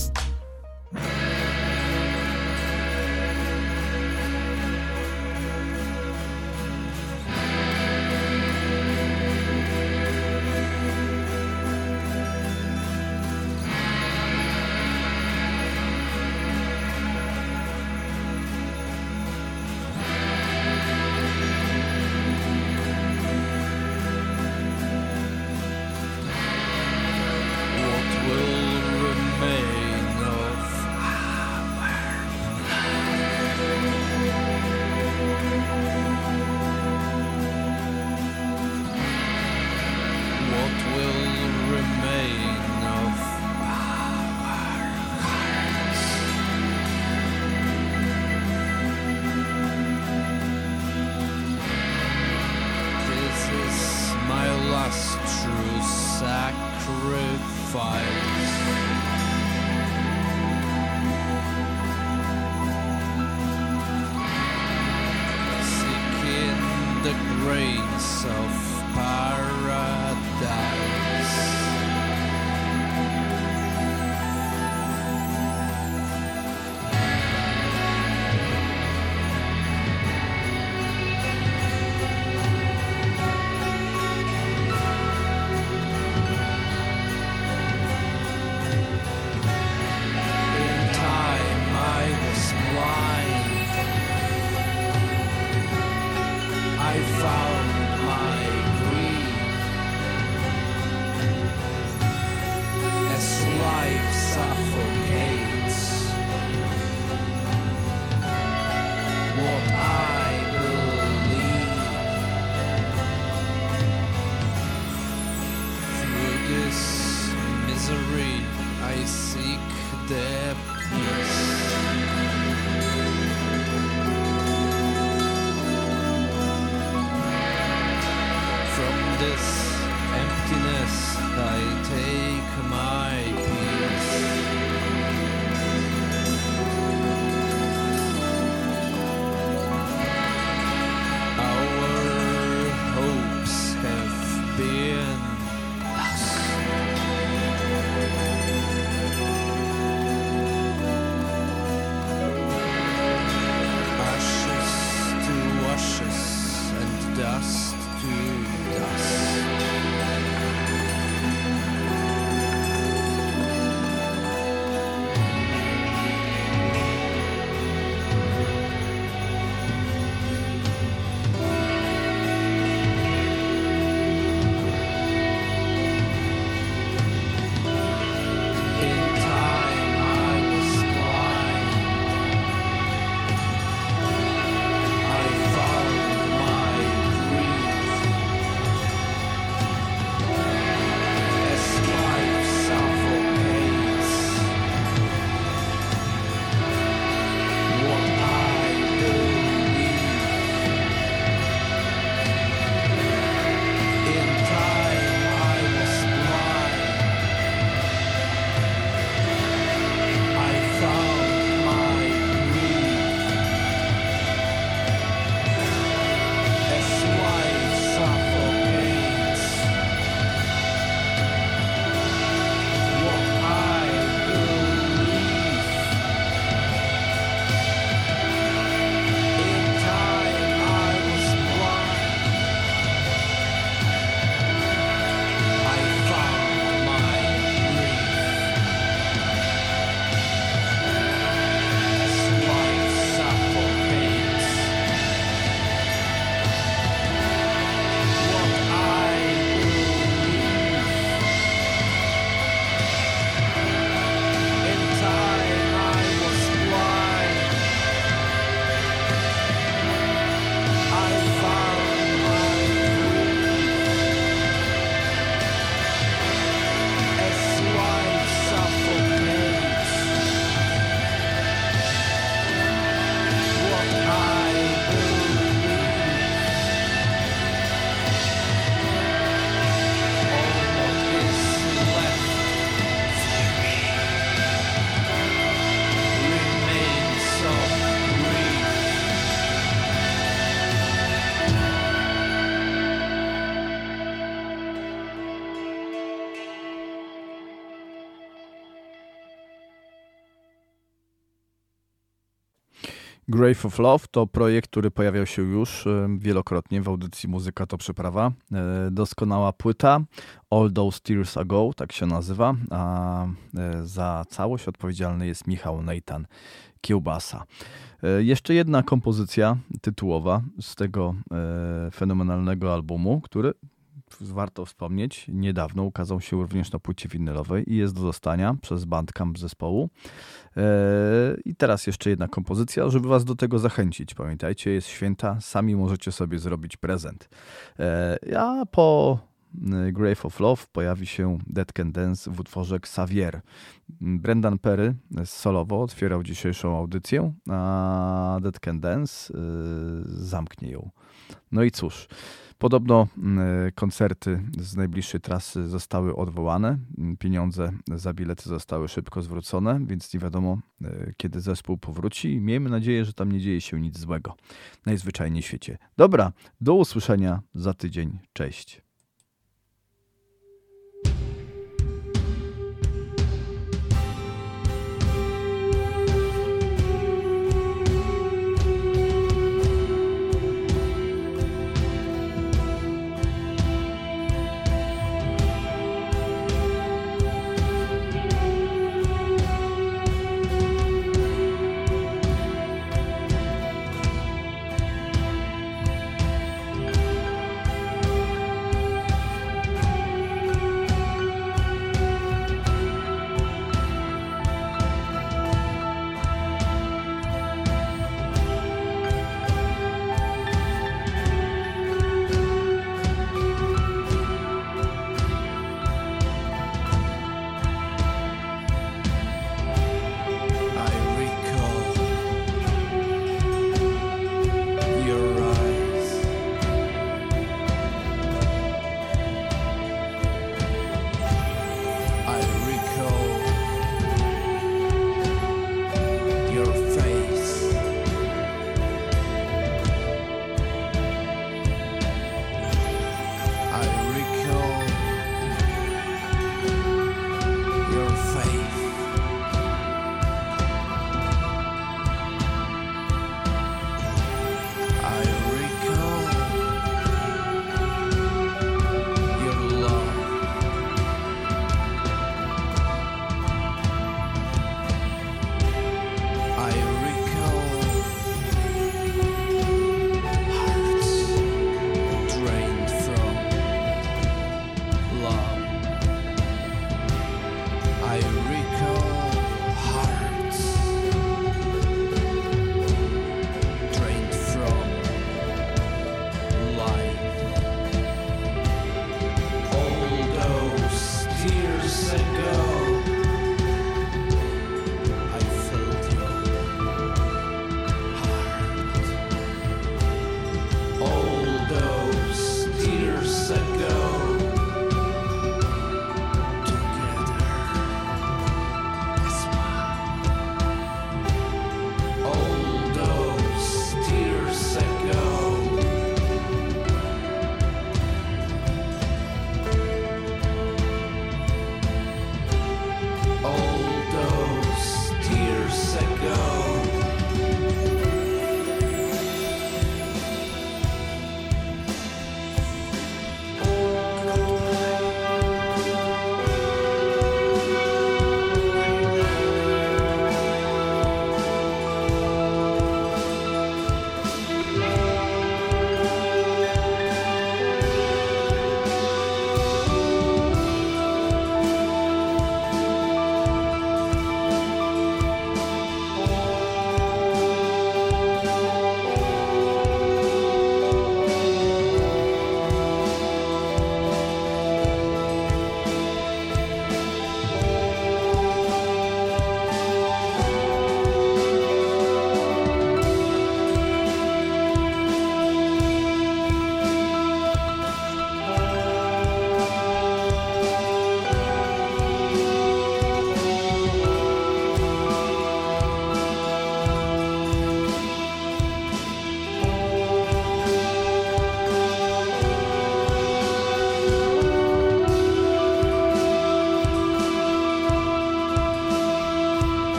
Grave of Love to projekt, który pojawiał się już wielokrotnie w audycji Muzyka to Przyprawa. Doskonała płyta, All Those Tears Ago, tak się nazywa, a za całość odpowiedzialny jest Michał Nathan Kiełbasa. Jeszcze jedna kompozycja tytułowa z tego fenomenalnego albumu, który warto wspomnieć, niedawno ukazał się również na płycie winylowej i jest do dostania przez Bandcamp zespołu. I teraz jeszcze jedna kompozycja, żeby was do tego zachęcić. Pamiętajcie, jest święta, sami możecie sobie zrobić prezent. A po Grave of Love pojawi się Dead Can Dance w utworze Xavier. Brendan Perry solowo otwierał dzisiejszą audycję, a Dead Can Dance zamknie ją. No i cóż, podobno koncerty z najbliższej trasy zostały odwołane, pieniądze za bilety zostały szybko zwrócone, więc nie wiadomo, kiedy zespół powróci. Miejmy nadzieję, że tam nie dzieje się nic złego. Najzwyczajniej w świecie. Dobra, do usłyszenia za tydzień. Cześć.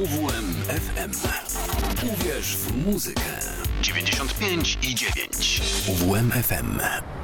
UWM FM. Uwierz w muzykę. 95,9 UWM FM.